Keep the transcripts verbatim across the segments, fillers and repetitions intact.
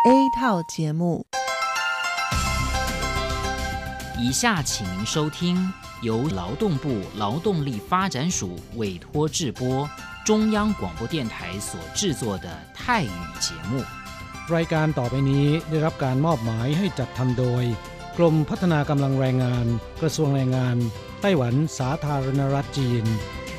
A 套节目。 以下请您收听由劳动部劳动力发展署委托制播中央广播电台所制作的泰语节目。 รายการต่อไปนี้ได้รับการมอบหมายให้จัดทำโดยกรมพัฒนากำลังแรงงานกระทรวงแรงงานไต้หวันสาธารณรัฐจีน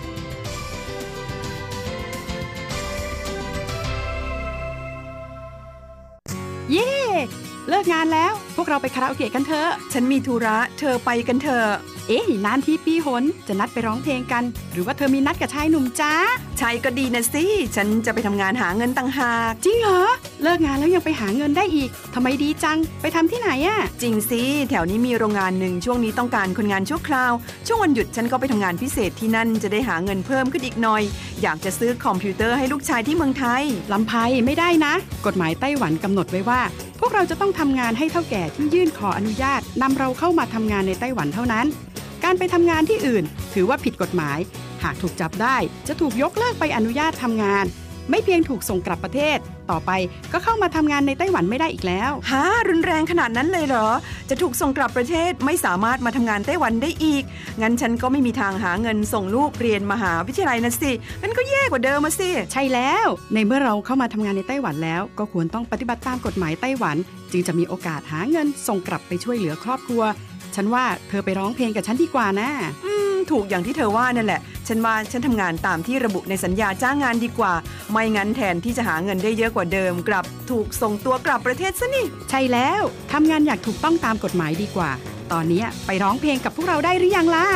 เย้เลิกงานแล้วพวกเราไปคาราโอเกะกันเถอะฉันมีธุระเธอไปกันเถอะเอ๊ะนานทีปีหนจะนัดไปร้องเพลงกันหรือว่าเธอมีนัดกับชายหนุ่มจ้าชายก็ดีนะสิฉันจะไปทำงานหาเงินต่างหากจริงเหรอเลิกงานแล้วยังไปหาเงินได้อีกทำไมดีจังไปทำที่ไหนอะจริงสิแถวนี้มีโรงงานหนึ่งช่วงนี้ต้องการคนงานชั่วคราวช่วงวันหยุดฉันก็ไปทำงานพิเศษที่นั่นจะได้หาเงินเพิ่มขึ้นอีกหน่อยอยากจะซื้อคอมพิวเตอร์ให้ลูกชายที่เมืองไทยลำไพไม่ได้นะกฎหมายไต้หวันกำหนดไว้ว่าพวกเราจะต้องทำงานให้เฒ่าแก่ที่ยื่นขออนุญาตนำเราเข้ามาทำงานในไต้หวันเท่านั้นการไปทำงานที่อื่นถือว่าผิดกฎหมายหากถูกจับได้จะถูกยกเลิกใบอนุญาตทำงานไม่เพียงถูกส่งกลับประเทศต่อไปก็เข้ามาทำงานในไต้หวันไม่ได้อีกแล้วฮะรุนแรงขนาดนั้นเลยเหรอจะถูกส่งกลับประเทศไม่สามารถมาทำงานไต้หวันได้อีกงั้นฉันก็ไม่มีทางหาเงินส่งลูกเรียนมหาวิทยาลัยนะสิงั้นก็แย่กว่าเดิมมาสิใช่แล้วในเมื่อเราเข้ามาทำงานในไต้หวันแล้วก็ควรต้องปฏิบัติตามกฎหมายไต้หวันจึงจะมีโอกาสหาเงินส่งกลับไปช่วยเหลือครอบครัวฉันว่าเธอไปร้องเพลงกับฉันดีกว่านะอืมถูกอย่างที่เธอว่านั่นแหละฉันว่าฉันทำงานตามที่ระบุในสัญญาจ้างงานดีกว่าไม่งั้นแทนที่จะหาเงินได้เยอะกว่าเดิมกลับถูกส่งตัวกลับประเทศซะนี่ใช่แล้วทำงานอย่างถูกต้องตามกฎหมายดีกว่าตอนนี้ไปร้องเพลงกับพวกเราได้หรือยังล่ะ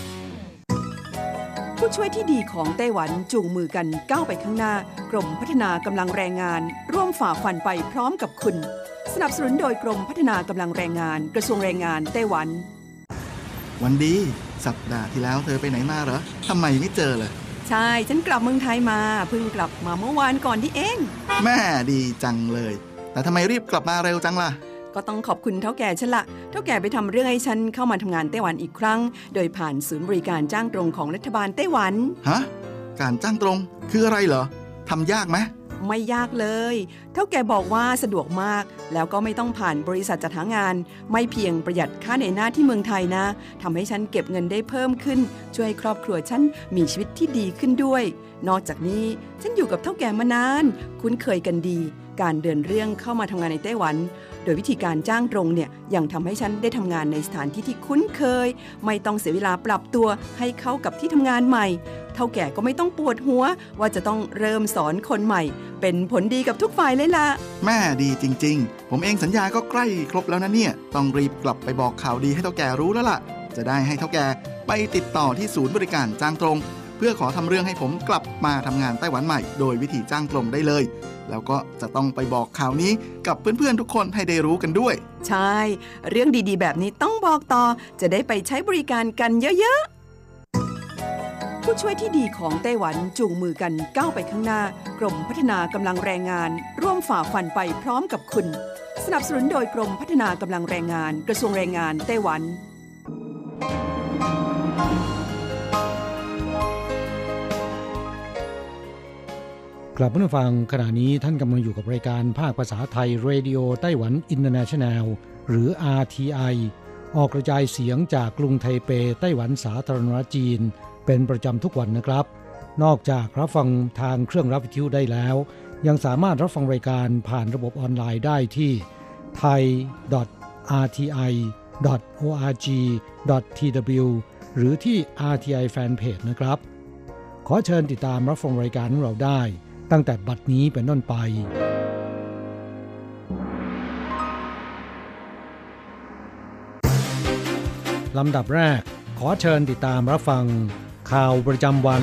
ผู้ช่วยที่ดีของไต้หวันจูงมือกันก้าวไปข้างหน้ากรมพัฒนากำลังแรงงานร่วมฝ่าฟันไปพร้อมกับคุณสนับสนุนโดยกรมพัฒนากำลังแรงงานกระทรวงแรงงานไต้หวันวันดีสัปดาห์ที่แล้วเธอไปไหนมาเหรอทำไมไม่เจอเลยใช่ฉันกลับเมืองไทยมาเพิ่งกลับมาเมื่อวานก่อนที่เองแม่ดีจังเลยแต่ทำไมรีบกลับมาเร็วจังล่ะก็ต้องขอบคุณเฒ่าแก่ฉันละเฒ่าแก่ไปทำเรื่องให้ฉันเข้ามาทำงานไต้หวันอีกครั้งโดยผ่านศูนย์บริการจ้างตรงของรัฐบาลไต้หวันฮะการจ้างตรงคืออะไรเหรอทำยากไหมไม่ยากเลยเฒ่าแก่บอกว่าสะดวกมากแล้วก็ไม่ต้องผ่านบริษัทจัดหางานไม่เพียงประหยัดค่าเหนื่อยหน้าที่เมืองไทยนะทำให้ฉันเก็บเงินได้เพิ่มขึ้นช่วยให้ครอบครัวฉันมีชีวิตที่ดีขึ้นด้วยนอกจากนี้ฉันอยู่กับเฒ่าแก่มานานคุ้นเคยกันดีการเดินเรื่องเข้ามาทำงานในไต้หวันโดยวิธีการจ้างตรงเนี่ยยังทำให้ฉันได้ทำงานในสถานที่ที่คุ้นเคยไม่ต้องเสียเวลาปรับตัวให้เข้ากับที่ทำงานใหม่เฒ่าแก่ก็ไม่ต้องปวดหัวว่าจะต้องเริ่มสอนคนใหม่เป็นผลดีกับทุกฝ่ายเลยล่ะแม่ดีจริงๆผมเองสัญญาก็ใกล้ครบแล้วนะเนี่ยต้องรีบกลับไปบอกข่าวดีให้เฒ่าแก่รู้แล้วล่ะจะได้ให้เฒ่าแก่ไปติดต่อที่ศูนย์บริการจ้างตรงเพื่อขอทำเรื่องให้ผมกลับมาทำงานไต้หวันใหม่โดยวิธีจ้างตรงได้เลยแล้วก็จะต้องไปบอกข่าวนี้กับเพื่อนๆทุกคนให้ได้รู้กันด้วยใช่เรื่องดีๆแบบนี้ต้องบอกต่อจะได้ไปใช้บริการกันเยอะๆผู้ช่วยที่ดีของไต้หวันจูงมือกันก้าวไปข้างหน้ากรมพัฒนากำลังแรงงานร่วมฝ่าฟันไปพร้อมกับคุณสนับสนุนโดยกรมพัฒนากำลังแรงงานกระทรวงแรงงานไต้หวันกลับมาฟังขณะนี้ท่านกำลังอยู่กับรายการภาคภาษาไทยเรดิโอไต้หวันอินเตอร์เนชั่นแนลหรือ อาร์ ที ไอ ออกกระจายเสียงจากกรุงไทเปไต้หวันสาธารณรัฐจีนเป็นประจำทุกวันนะครับนอกจากรับฟังทางเครื่องรับวิทยุได้แล้วยังสามารถรับฟังรายการผ่านระบบออนไลน์ได้ที่ ไทย ดอท อาร์ ที ไอ ดอท โอ อาร์ จี ดอท ที ดับเบิลยู หรือที่ อาร์ ที ไอ Fanpage นะครับขอเชิญติดตามรับฟังรายการของเราได้ตั้งแต่บัดนี้เป็นต้นไปลำดับแรกขอเชิญติดตามรับฟังข่าวประจำวัน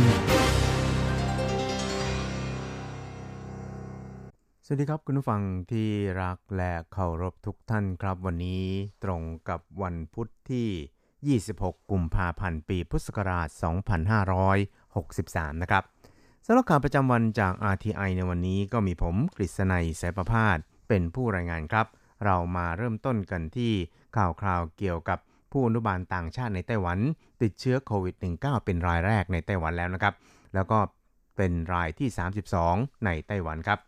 สวัสดีครับคุณผู้ฟังที่รักและเคารพทุกท่านครับวันนี้ตรงกับวันพุธที่ยี่สิบหกกุมภาพันธ์ปีพุทธศักราชสองพันห้าร้อยหกสิบสามนะครับสำหรับข่าวประจำวันจาก อาร์ ที ไอ ในวันนี้ก็มีผมกฤษณัยสายประภาสเป็นผู้รายงานครับเรามาเริ่มต้นกันที่ข่าวคราวเกี่ยวกับผู้อนุบาลต่างชาติในไต้หวันติดเชื้อโควิด สิบเก้า เป็นรายแรกในไต้หวันแล้วนะครับแล้วก็เป็นรายที่สามสิบสองในไต้หวันครับ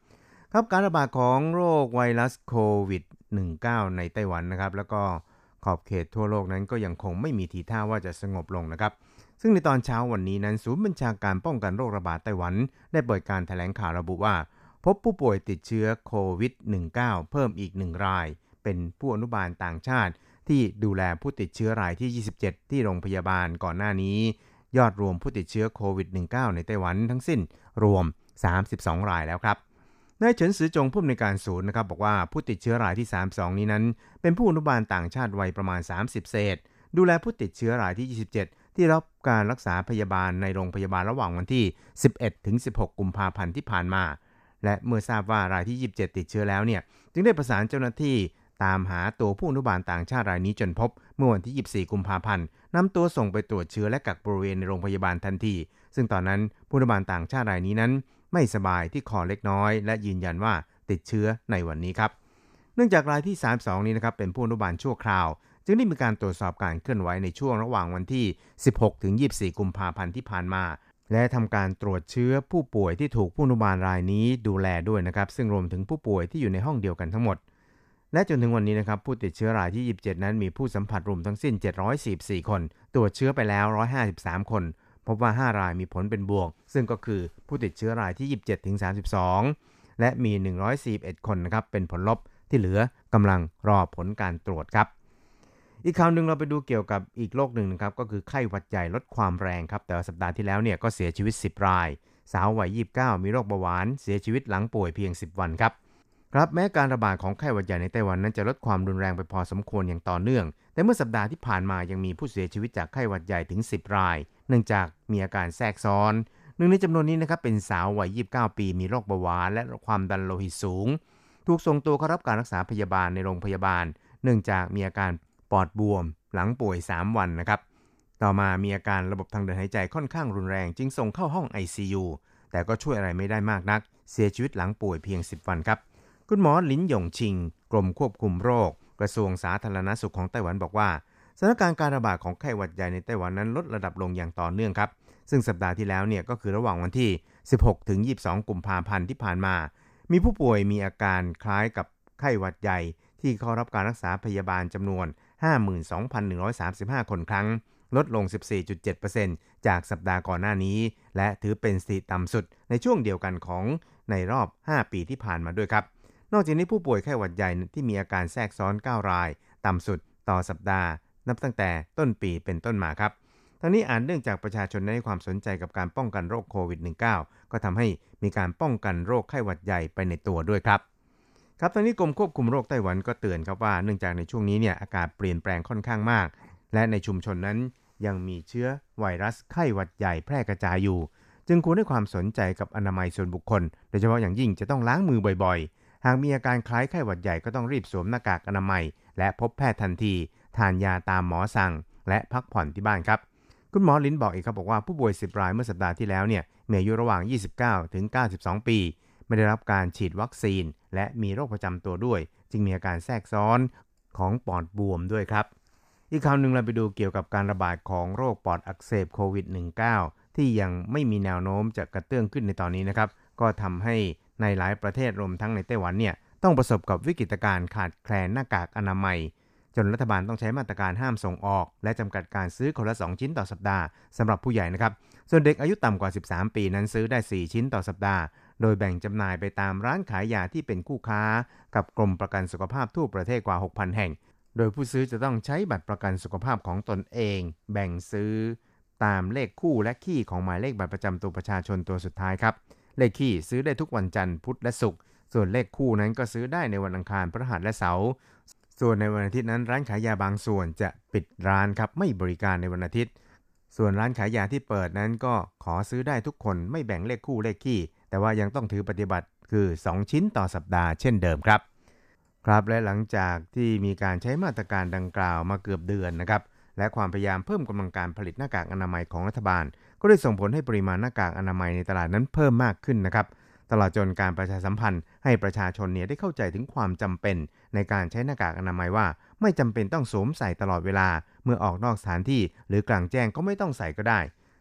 ครับการระบาดของโรคไวรัสโควิด สิบเก้า ในไต้หวันนะครับแล้วก็ขอบเขตทั่วโลกนั้นก็ยังคงไม่มีทีท่าว่าจะสงบลงนะครับซึ่งในตอนเช้าวันนี้นั้นศูนย์บัญชาการป้องกันโรคระบาดไต้หวันได้เปิดการแถลงข่าวระบุว่าพบผู้ป่วยติดเชื้อโควิด สิบเก้า เพิ่มอีกหนึ่งรายเป็นผู้อนุบาลต่างชาติที่ดูแลผู้ติดเชื้อรายที่ยี่สิบเจ็ดที่โรงพยาบาลก่อนหน้านี้ยอดรวมผู้ติดเชื้อโควิด สิบเก้า ในไต้หวันทั้งสิ้นรวมสามสิบสองรายแล้วครับนายเฉินซือจงผู้อำนวยการศูนย์นะครับบอกว่าผู้ติดเชื้อรายที่สามสิบสองนี้นั้นเป็นผู้อนุบาลต่างชาติวัยประมาณสามสิบเศษดูแลผู้ติดเชื้อรายที่ยี่สิบเจ็ดที่รับการรักษาพยาบาลในโรงพยาบาลระหว่างวันที่สิบเอ็ดถึงสิบหกกุมภาพันธ์ที่ผ่านมาและเมื่อทราบว่ารายที่ยี่สิบเจ็ดติดเชื้อแล้วเนี่ยจึงได้ประสานเจ้าหน้าที่ตามหาตัวผู้อนุบาลต่างชาติรายนี้จนพบเมื่อวันที่ยี่สิบสี่กุมภาพันธ์นำตัวส่งไปตรวจเชื้อและกักบริเวณในโรงพยาบาลทันทีซึ่งตอนนั้นผู้อนุบาลต่างชาติรายนี้นั้นไม่สบายที่คอเล็กน้อยและยืนยันว่าติดเชื้อในวันนี้ครับเนื่องจากรายที่สามสิบสองนี้นะครับเป็นผู้อนุบาลชั่วคราวจึงได้มีการตรวจสอบการเคลื่อนไหวในช่วงระหว่างวันที่สิบหกถึงยี่สิบสี่กุมภาพันธ์ที่ผ่านมาและทำการตรวจเชื้อผู้ป่วยที่ถูกผู้อนุบาลรายนี้ดูแลด้วยนะครับซึ่งรวมถึงผู้ป่วยที่อยู่ในห้องเดียวกันทั้งหมดและจนถึงวันนี้นะครับผู้ติดเชื้อรายที่ยี่สิบเจ็ดนั้นมีผู้สัมผัสรวมทั้งสิ้นเจ็ดร้อยสี่สิบสี่คนตรวจเชื้อไปแล้วหนึ่งร้อยห้าสิบสามคนพบว่าห้ารายมีผลเป็นบวกซึ่งก็คือผู้ติดเชื้อรายที่ยี่สิบเจ็ดถึงสามสิบสองและมีหนึ่งร้อยสี่สิบเอ็ดคนนะครับเป็นผลลบที่เหลือกำลังรอผลการตรวจครับอีกข่าวนึงเราไปดูเกี่ยวกับอีกโรคหนึ่งนะครับก็คือไข้หวัดใหญ่ลดความแรงครับแต่สัปดาห์ที่แล้วเนี่ยก็เสียชีวิตสิบรายสาววัยยี่สิบเก้ามีโรคเบาหวานเสียชีวิตหลังป่วยเพียงสิบวันครับครับแม้การระบาดของไข้หวัดใหญ่ในไต้หวันนั้นจะลดความรุนแรงไปพอสมควรอย่างต่อเนื่องแต่เมื่อสัปดาห์ที่ผ่านมายังมีผู้เสียชีวิตจากไข้หวัดใหญ่ถึงสิบรายเนื่องจากมีอาการแทรกซ้อนหนึ่งในจำนวนนี้นะครับเป็นสาววัยยี่สิบเก้าปีมีโรคเบาหวานและความดันโลหิตสูงถูกส่งตัวเข้ารับการรักษาพยาบาลในโรงพยาบาลเนื่องจากมีอาการปอดบวมหลังป่วยสามวันนะครับต่อมามีอาการระบบทางเดินหายใจค่อนข้างรุนแรงจึงส่งเข้าห้อง ไอ ซี ยู แต่ก็ช่วยอะไรไม่ได้มากนักเสียชีวิตหลังป่วยเพียงสิบวันครับคุณหมอหลินหยงชิงกรมควบคุมโรคกระทรวงสาธารณสุขของไต้หวันบอกว่าสถานการณ์การระบาดของไข้หวัดใหญ่ในไต้หวันนั้นลดระดับลงอย่างต่อเนื่องครับซึ่งสัปดาห์ที่แล้วเนี่ยก็คือระหว่างวันที่สิบหกถึงยี่สิบสองกุมภาพันธ์ที่ผ่านมามีผู้ป่วยมีอาการคล้ายกับไข้หวัดใหญ่ที่เข้ารับการรักษาพยาบาลจำนวน ห้าหมื่นสองพันหนึ่งร้อยสามสิบห้า คนครั้งลดลง สิบสี่จุดเจ็ดเปอร์เซ็นต์ จากสัปดาห์ก่อนหน้านี้และถือเป็นสถิติต่ำสุดในช่วงเดียวกันของในรอบห้าปีที่ผ่านมาด้วยครับนอกจากนี้ผู้ป่วยไข้หวัดใหญ่ที่มีอาการแทรกซ้อนเก้ารายต่ำสุดต่อสัปดาห์นับตั้งแต่ต้นปีเป็นต้นมาครับทั้งนี้อาจเนื่องจากประชาชนให้ความสนใจกับการป้องกันโรคโควิด สิบเก้า ก็ทำให้มีการป้องกันโรคไข้หวัดใหญ่ไปในตัวด้วยครับครับตอนนี้กรมควบคุมโรคไต้หวันก็เตือนครับว่าเนื่องจากในช่วงนี้เนี่ยอากาศเปลี่ยนแปลงค่อนข้างมากและในชุมชนนั้นยังมีเชื้อไวรัสไข้หวัดใหญ่แพร่กระจายอยู่จึงควรให้ความสนใจกับอนามัยส่วนบุคคลโดยเฉพาะอย่างยิ่งจะต้องล้างมือบ่อยๆหากมีอาการคล้ายไข้หวัดใหญ่ก็ต้องรีบสวมหน้ากากอนามัยและพบแพทย์ทันทีทานยาตามหมอสั่งและพักผ่อนที่บ้านครับคุณหมอลิ้นบอกอีกครับบอกว่าผู้ป่วยสิบรายเมื่อสัปดาห์ที่แล้วเนี่ยมีอายุระหว่างยี่สิบเก้าถึงเก้าสิบสองปีไม่ได้รับการฉีดวัคซีนและมีโรคประจำตัวด้วยจึงมีอาการแทรกซ้อนของปอดบวมด้วยครับอีกข่าวนึงเราไปดูเกี่ยวกับการระบาดของโรคปอดอักเสบโควิด สิบเก้า ที่ยังไม่มีแนวโน้มจะกระเตื้องขึ้นในตอนนี้นะครับก็ทำให้ในหลายประเทศรวมทั้งในไต้หวันเนี่ยต้องประสบกับวิกฤตการณ์ขาดแคลนหน้ากากอนามัยจนรัฐบาลต้องใช้มาตรการห้ามส่งออกและจำกัดการซื้อคนละสองชิ้นต่อสัปดาห์สำหรับผู้ใหญ่นะครับส่วนเด็กอายุต่ำกว่าสิบสามปีนั้นซื้อได้สี่ชิ้นต่อสัปดาห์โดยแบ่งจำหน่ายไปตามร้านขายยาที่เป็นคู่ค้ากับกรมประกันสุขภาพทั่วประเทศกว่า หกพัน แห่งโดยผู้ซื้อจะต้องใช้บัตรประกันสุขภาพของตนเองแบ่งซื้อตามเลขคู่และคี่ของหมายเลขบัตรประจำตัวประชาชนตัวสุดท้ายครับเลขคี่ซื้อได้ทุกวันจันทร์พุธและศุกร์ส่วนเลขคู่นั้นก็ซื้อได้ในวันอังคารพฤหัสและเสาร์ส่วนในวันอาทิตย์นั้นร้านขายยาบางส่วนจะปิดร้านครับไม่บริการในวันอาทิตย์ส่วนร้านขายยาที่เปิดนั้นก็ขอซื้อได้ทุกคนไม่แบ่งเลขคู่เลขคี่แต่ว่ายังต้องถือปฏิบัติคือสองชิ้นต่อสัปดาห์เช่นเดิมครับครับและหลังจากที่มีการใช้มาตรการดังกล่าวมาเกือบเดือนนะครับและความพยายามเพิ่มกำลังการผลิตหน้ากากอนามัยของรัฐบาลก็ได้ส่งผลให้ปริมาณหน้ากากอนามัยในตลาดนั้นเพิ่มมากขึ้นนะครับตลอดจนการประชาสัมพันธ์ให้ประชาชนเนี่ยได้เข้าใจถึงความจำเป็นในการใช้หน้ากากอนามัยว่าไม่จำเป็นต้องสวมใส่ตลอดเวลาเมื่อออกนอกสถานที่หรือกลางแจ้งก็ไม่ต้องใส่ก็ได้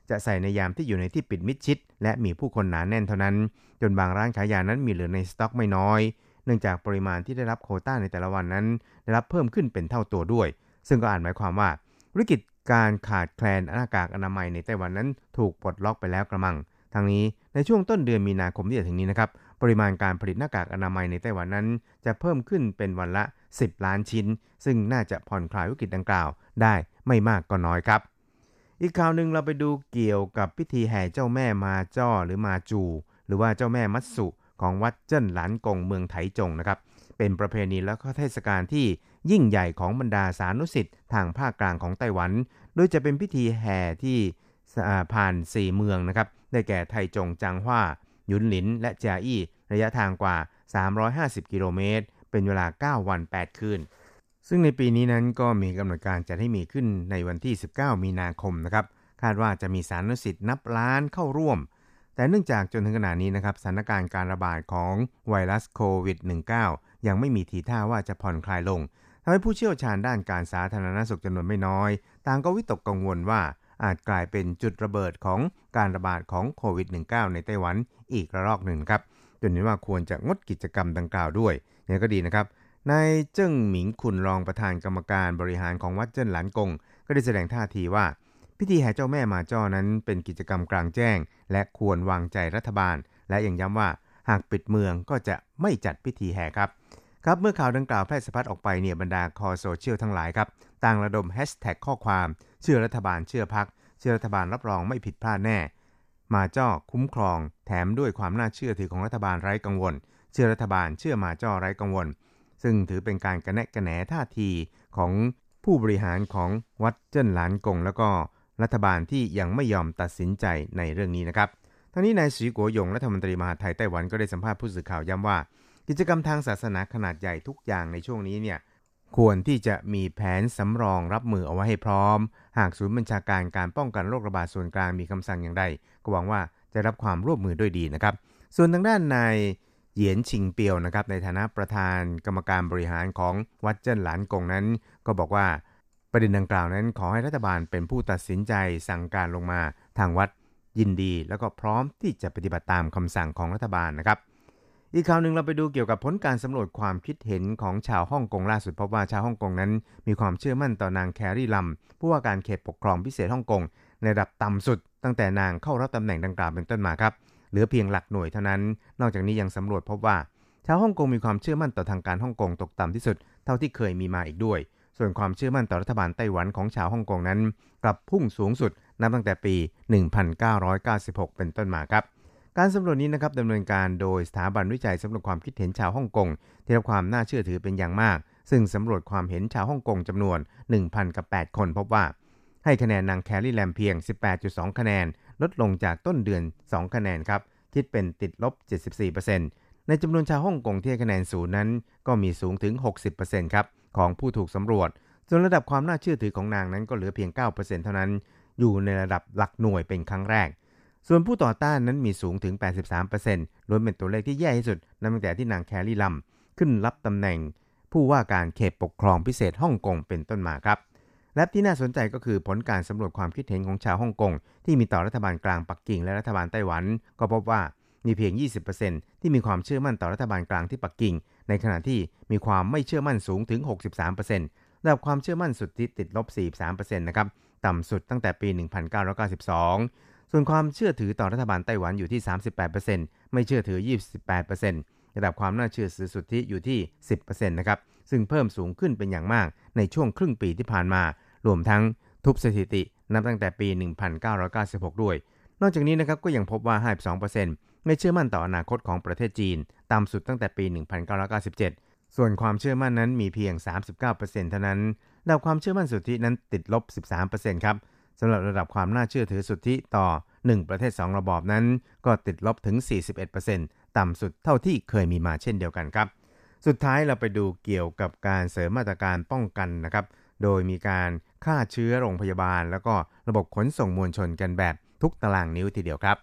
จะใส่ในยามที่อยู่ในที่ปิดมิดชิดและมีผู้คนหนาแน่นเท่านั้นจนบางร้านขายยานั้นมีเหลือในสต็อกไม่น้อยเนื่องจากปริมาณที่ได้รับโควต้าในแต่ละวันนั้นได้รับเพิ่มขึ้นเป็นเท่าตัวด้วยซึ่งก็อาจหมายความว่าวิกฤตการขาดแคลนหน้ากากอนามัยในไต้หวันนั้นถูกปลดล็อกไปแล้วกระมังทั้งนี้ในช่วงต้นเดือนมีนาคมที่จะถึงนี้นะครับปริมาณการผลิตหน้ากากอนามัยในไต้หวันนั้นจะเพิ่มขึ้นเป็นวันละสิบล้านชิ้นซึ่งน่าจะผ่อนคลายวิกฤตดังกล่าวได้ไม่มากก็น้อยครับอีกข่าวนึงเราไปดูเกี่ยวกับพิธีแห่เจ้าแม่มาจ้อหรือมาจูหรือว่าเจ้าแม่มัตสุของวัดเจิ้นหลานกงเมืองไถจงนะครับเป็นประเพณีและก็เทศกาลที่ยิ่งใหญ่ของบรรดาสานุศิษย์ทางภาคกลางของไต้หวันโดยจะเป็นพิธีแห่ที่ผ่านสี่เมืองนะครับได้แก่ไถจงจางฮวาหยุนหลินและจาอี้ระยะทางกว่าสามร้อยห้าสิบกิโลเมตรเป็นเวลาเก้าวันแปดคืนซึ่งในปีนี้นั้นก็มีกำหนดการจัดให้มีขึ้นในวันที่สิบเก้ามีนาคมนะครับคาดว่าจะมีสานุศิษย์นับล้านเข้าร่วมแต่เนื่องจากจนถึงขณะนี้นะครับสถานการณ์การระบาดของไวรัสโควิด สิบเก้า ยังไม่มีทีท่าว่าจะผ่อนคลายลงทำให้ผู้เชี่ยวชาญด้านการสาธารณสุขจำนวนไม่น้อยต่างก็วิตกกังวลว่าอาจกลายเป็นจุดระเบิดของการระบาดของโควิด สิบเก้า ในไต้หวันอีกระลอกหนึ่งครับจนเห็นว่าควรจะงดกิจกรรมดังกล่าวด้วยอย่างนี้ก็ดีนะครับนายเจิ้งหมิงคุนรองประธานกรรมการบริหารของวัดเจิ้นหลานกงก็ได้แสดงท่าทีว่าพิธีแห่เจ้าแม่มาจ้อนั้นเป็นกิจกรรมกลางแจ้งและควรวางใจรัฐบาลและยังย้ำว่าหากปิดเมืองก็จะไม่จัดพิธีแห่ครับครับเมื่อข่าวดังกล่าวแพร่สะพัดออกไปเนี่ยบรรดาคอโซเชียลทั้งหลายครับต่างระดมแฮชแท็กข้อความเชื่อรัฐบาลเชื่อพรรคเชื่อรัฐบาลรับรองไม่ผิดพลาดแน่มาจ้อคุ้มครองแถมด้วยความน่าเชื่อถือของรัฐบาลไร้กังวลเชื่อรัฐบาลเชื่อมาจ้อไร้กังวลซึ่งถือเป็นการกระแนะกระแหนท่าทีของผู้บริหารของวัดเจิ้นหลานกงแล้วก็รัฐบาลที่ยังไม่ยอมตัดสินใจในเรื่องนี้นะครับทั้งนี้นายสีกัวหยงรัฐมนตรีมหาดไทยไต้หวันก็ได้สัมภาษณ์ผู้สื่อข่าวย้ำว่ากิจกรรมทางศาสนาขนาดใหญ่ทุกอย่างในช่วงนี้เนี่ยควรที่จะมีแผนสำรองรับมือเอาไว้ให้พร้อมหากศูนย์บัญชาการการป้องกันโรคระบาดส่วนกลางมีคำสั่งอย่างใดก็หวังว่าจะรับความร่วมมือด้วยดีนะครับส่วนทางด้านนายเหยียนชิงเปียวนะครับในฐานะประธานกรรมการบริหารของวัดเจิ้นหลานกงนั้นก็บอกว่าประเด็นดังกล่าวนั้นขอให้รัฐบาลเป็นผู้ตัดสินใจสั่งการลงมาทางวัดยินดีแล้วก็พร้อมที่จะปฏิบัติตามคำสั่งของรัฐบาลนะครับอีกข่าวหนึ่งเราไปดูเกี่ยวกับผลการสำรวจความคิดเห็นของชาวฮ่องกงล่าสุดพบว่าชาวฮ่องกงนั้นมีความเชื่อมั่นต่อนางแครี่ลัมผู้ว่าการเขตปกครองพิเศษฮ่องกงในระดับต่ำสุดตั้งแต่นางเข้ารับตำแหน่งดังกล่าวเป็นต้นมาครับเหลือเพียงหลักหน่วยเท่านั้นนอกจากนี้ยังสำรวจพบว่าชาวฮ่องกงมีความเชื่อมั่นต่อทางการฮ่องกงตกต่ำที่สุดเท่าที่เคยมีมาอีกด้วยส่วนความเชื่อมั่นต่อรัฐบาลไต้หวันของชาวฮ่องกงนั้นกลับพุ่งสูงสุดนับตั้งแต่ปี หนึ่งพันเก้าร้อยเก้าสิบหก เป็นต้นมาครับการสำรวจนี้นะครับดำเนินการโดยสถาบันวิจัยสำรวจความคิดเห็นชาวฮ่องกงที่รับความน่าเชื่อถือเป็นอย่างมากซึ่งสำรวจความเห็นชาวฮ่องกงจำนวน หนึ่งพันแปด คนพบว่าให้คะแนนนางแครี่แลมเพียง สิบแปดจุดสอง คะแนนลดลงจากต้นเดือนสองคะแนนครับคิดเป็นติดลบ เจ็ดสิบสี่เปอร์เซ็นต์ ในจำนวนชาวฮ่องกงที่ให้คะแนนศูนย์นั้นก็มีสูงถึง หกสิบเปอร์เซ็นต์ ครับของผู้ถูกสำรวจส่วนระดับความน่าเชื่อถือของนางนั้นก็เหลือเพียง เก้าเปอร์เซ็นต์ เท่านั้นอยู่ในระดับหลักหน่วยเป็นครั้งแรกส่วนผู้ต่อต้านนั้นมีสูงถึง แปดสิบสามเปอร์เซ็นต์ ล้วนเป็นตัวเลขที่แย่ที่สุดนับตั้งแต่ที่นางแครี่ลัมขึ้นรับตำแหน่งผู้ว่าการเขตปกครองพิเศษฮ่องกงเป็นต้นมาครับและที่น่าสนใจก็คือผลการสำรวจความคิดเห็นของชาวฮ่องกงที่มีต่อรัฐบาลกลางปักกิ่งและรัฐบาลไต้หวันก็พบว่ามีเพียง ยี่สิบเปอร์เซ็นต์ ที่มีความเชื่อมั่นต่อรัฐบาลกลางที่ปักกิ่งในขณะที่มีความไม่เชื่อมั่นสูงถึง หกสิบสามเปอร์เซ็นต์ ระดับความเชื่อมั่นสุทธิติดลบ สี่สิบสามเปอร์เซ็นต์ นะครับต่ำสุดตั้งแต่ปี หนึ่งพันเก้าร้อยเก้าสิบสอง ส่วนความเชื่อถือต่อรัฐบาลไต้หวันอยู่ที่ สามสิบแปดเปอร์เซ็นต์ ไม่เชื่อถือ ยี่สิบแปดเปอร์เซ็นต์ ระดับความน่าเชื่อถือสุทธิอยู่ที่ สิบเปอร์เซ็นต์ นะครับซึ่งเพิ่มสูงขึ้นเป็นอย่างมากในช่วงครึ่งปีที่ผ่านมารวมทั้งทุบสถิตินับตั้งแต่ปี หนึ่งพันเก้าร้อยเก้าสิบหก ด้วยนอกจากนี้นะครับก็ยังพบว่า ห้าสิบสองเปอร์เซ็นต์ ไม่เชื่อมั่นต่ออนาคตของประเทศจีนต่ำสุดตั้งแต่ปี หนึ่งพันเก้าร้อยเก้าสิบเจ็ด ส่วนความเชื่อมั่นนั้นมีเพียง สามสิบเก้าเปอร์เซ็นต์ เท่านั้นระดับความเชื่อมั่นสุทธินั้นติดลบ สิบสามเปอร์เซ็นต์ ครับสำหรับระดับความน่าเชื่อถือสุทธิต่อหนึ่งประเทศสองระบอบนั้นก็ติดลบถึง สี่สิบเอ็ดเปอร์เซ็นต์ ต่ำสุดเท่าที่เคยมีมาเช่นเดียวกันครับสุดท้ายเราไปดูเกี่ยวกับการเสริมมาตรการป้องกันนะครับโดยมีการฆ่าเชื้อโรงพยาบาลแล้วก็ระบบขนส่งมวลชนกันแบบทุกตารางนิ้วทีเดียวครับ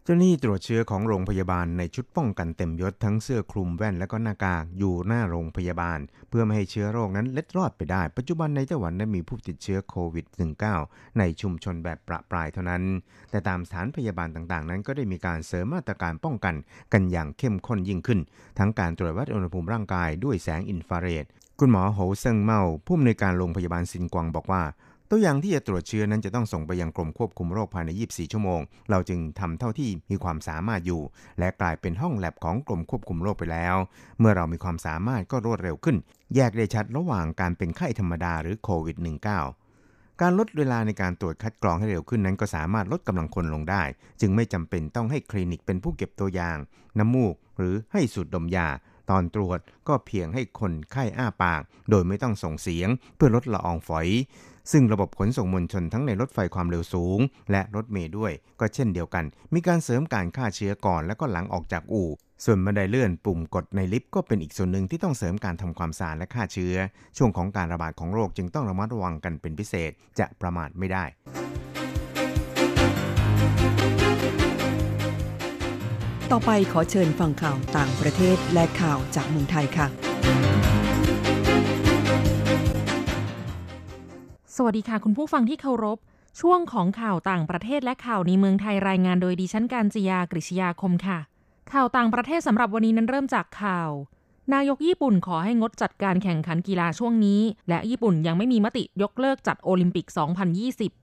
เจ้าหน้าที่ตรวจเชื้อของโรงพยาบาลในชุดป้องกันเต็มยศทั้งเสื้อคลุมแว่นและก็หน้ากากอยู่หน้าโรงพยาบาลเพื่อไม่ให้เชื้อโรคนั้นเล็ดรอดไปได้ปัจจุบันในไต้หวันได้มีผู้ติดเชื้อโควิด สิบเก้า ในชุมชนแบบประปรายเท่านั้นแต่ตามสถานพยาบาลต่างๆนั้นก็ได้มีการเสริมมาตรการป้องกันกันอย่างเข้มข้นยิ่งขึ้นทั้งการตรวจวัดอุณหภูมิร่างกายด้วยแสงอินฟราเรดคุณหมอโหเซิงเมาผู้อำนวยการโรงพยาบาลซินกวางบอกว่าตัวอย่างที่จะตรวจเชื้อนั้นจะต้องส่งไปยังกรมควบคุมโรคภายในยี่สิบสี่ชั่วโมงเราจึงทำเท่าที่มีความสามารถอยู่และกลายเป็นห้องแลบของกรมควบคุมโรคไปแล้วเมื่อเรามีความสามารถก็รวดเร็วขึ้นแยกได้ชัดระหว่างการเป็นไข้ธรรมดาหรือโควิด สิบเก้า การลดเวลาในการตรวจคัดกรองให้เร็วขึ้นนั้นก็สามารถลดกำลังคนลงได้จึงไม่จำเป็นต้องให้คลินิกเป็นผู้เก็บตัวอย่างน้ำมูกหรือให้สูดดมยาตอนตรวจก็เพียงให้คนไข้อ้าปากโดยไม่ต้องส่งเสียงเพื่อลดละอองฝอยซึ่งระบบขนส่งมวลชนทั้งในรถไฟความเร็วสูงและรถเมล์ด้วยก็เช่นเดียวกันมีการเสริมการฆ่าเชื้อก่อนและก็หลังออกจากอู่ส่วนบันไดเลื่อนปุ่มกดในลิฟต์ก็เป็นอีกส่วนหนึ่งที่ต้องเสริมการทำความสะอาดและฆ่าเชื้อช่วงของการระบาดของโรคจึงต้องระมัดระวังกันเป็นพิเศษจะประมาทไม่ได้ต่อไปขอเชิญฟังข่าวต่างประเทศและข่าวจากเมืองไทยค่ะสวัสดีค่ะคุณผู้ฟังที่เคารพช่วงของข่าวต่างประเทศและข่าวในเมืองไทยรายงานโดยดิฉันกาญจยากฤษยาคมค่ะข่าวต่างประเทศสำหรับวันนี้นั้นเริ่มจากข่าวนายกญี่ปุ่นขอให้งดจัดการแข่งขันกีฬาช่วงนี้และญี่ปุ่นยังไม่มีมติยกเลิกจัดโอลิมปิกสองพันยี่สิบ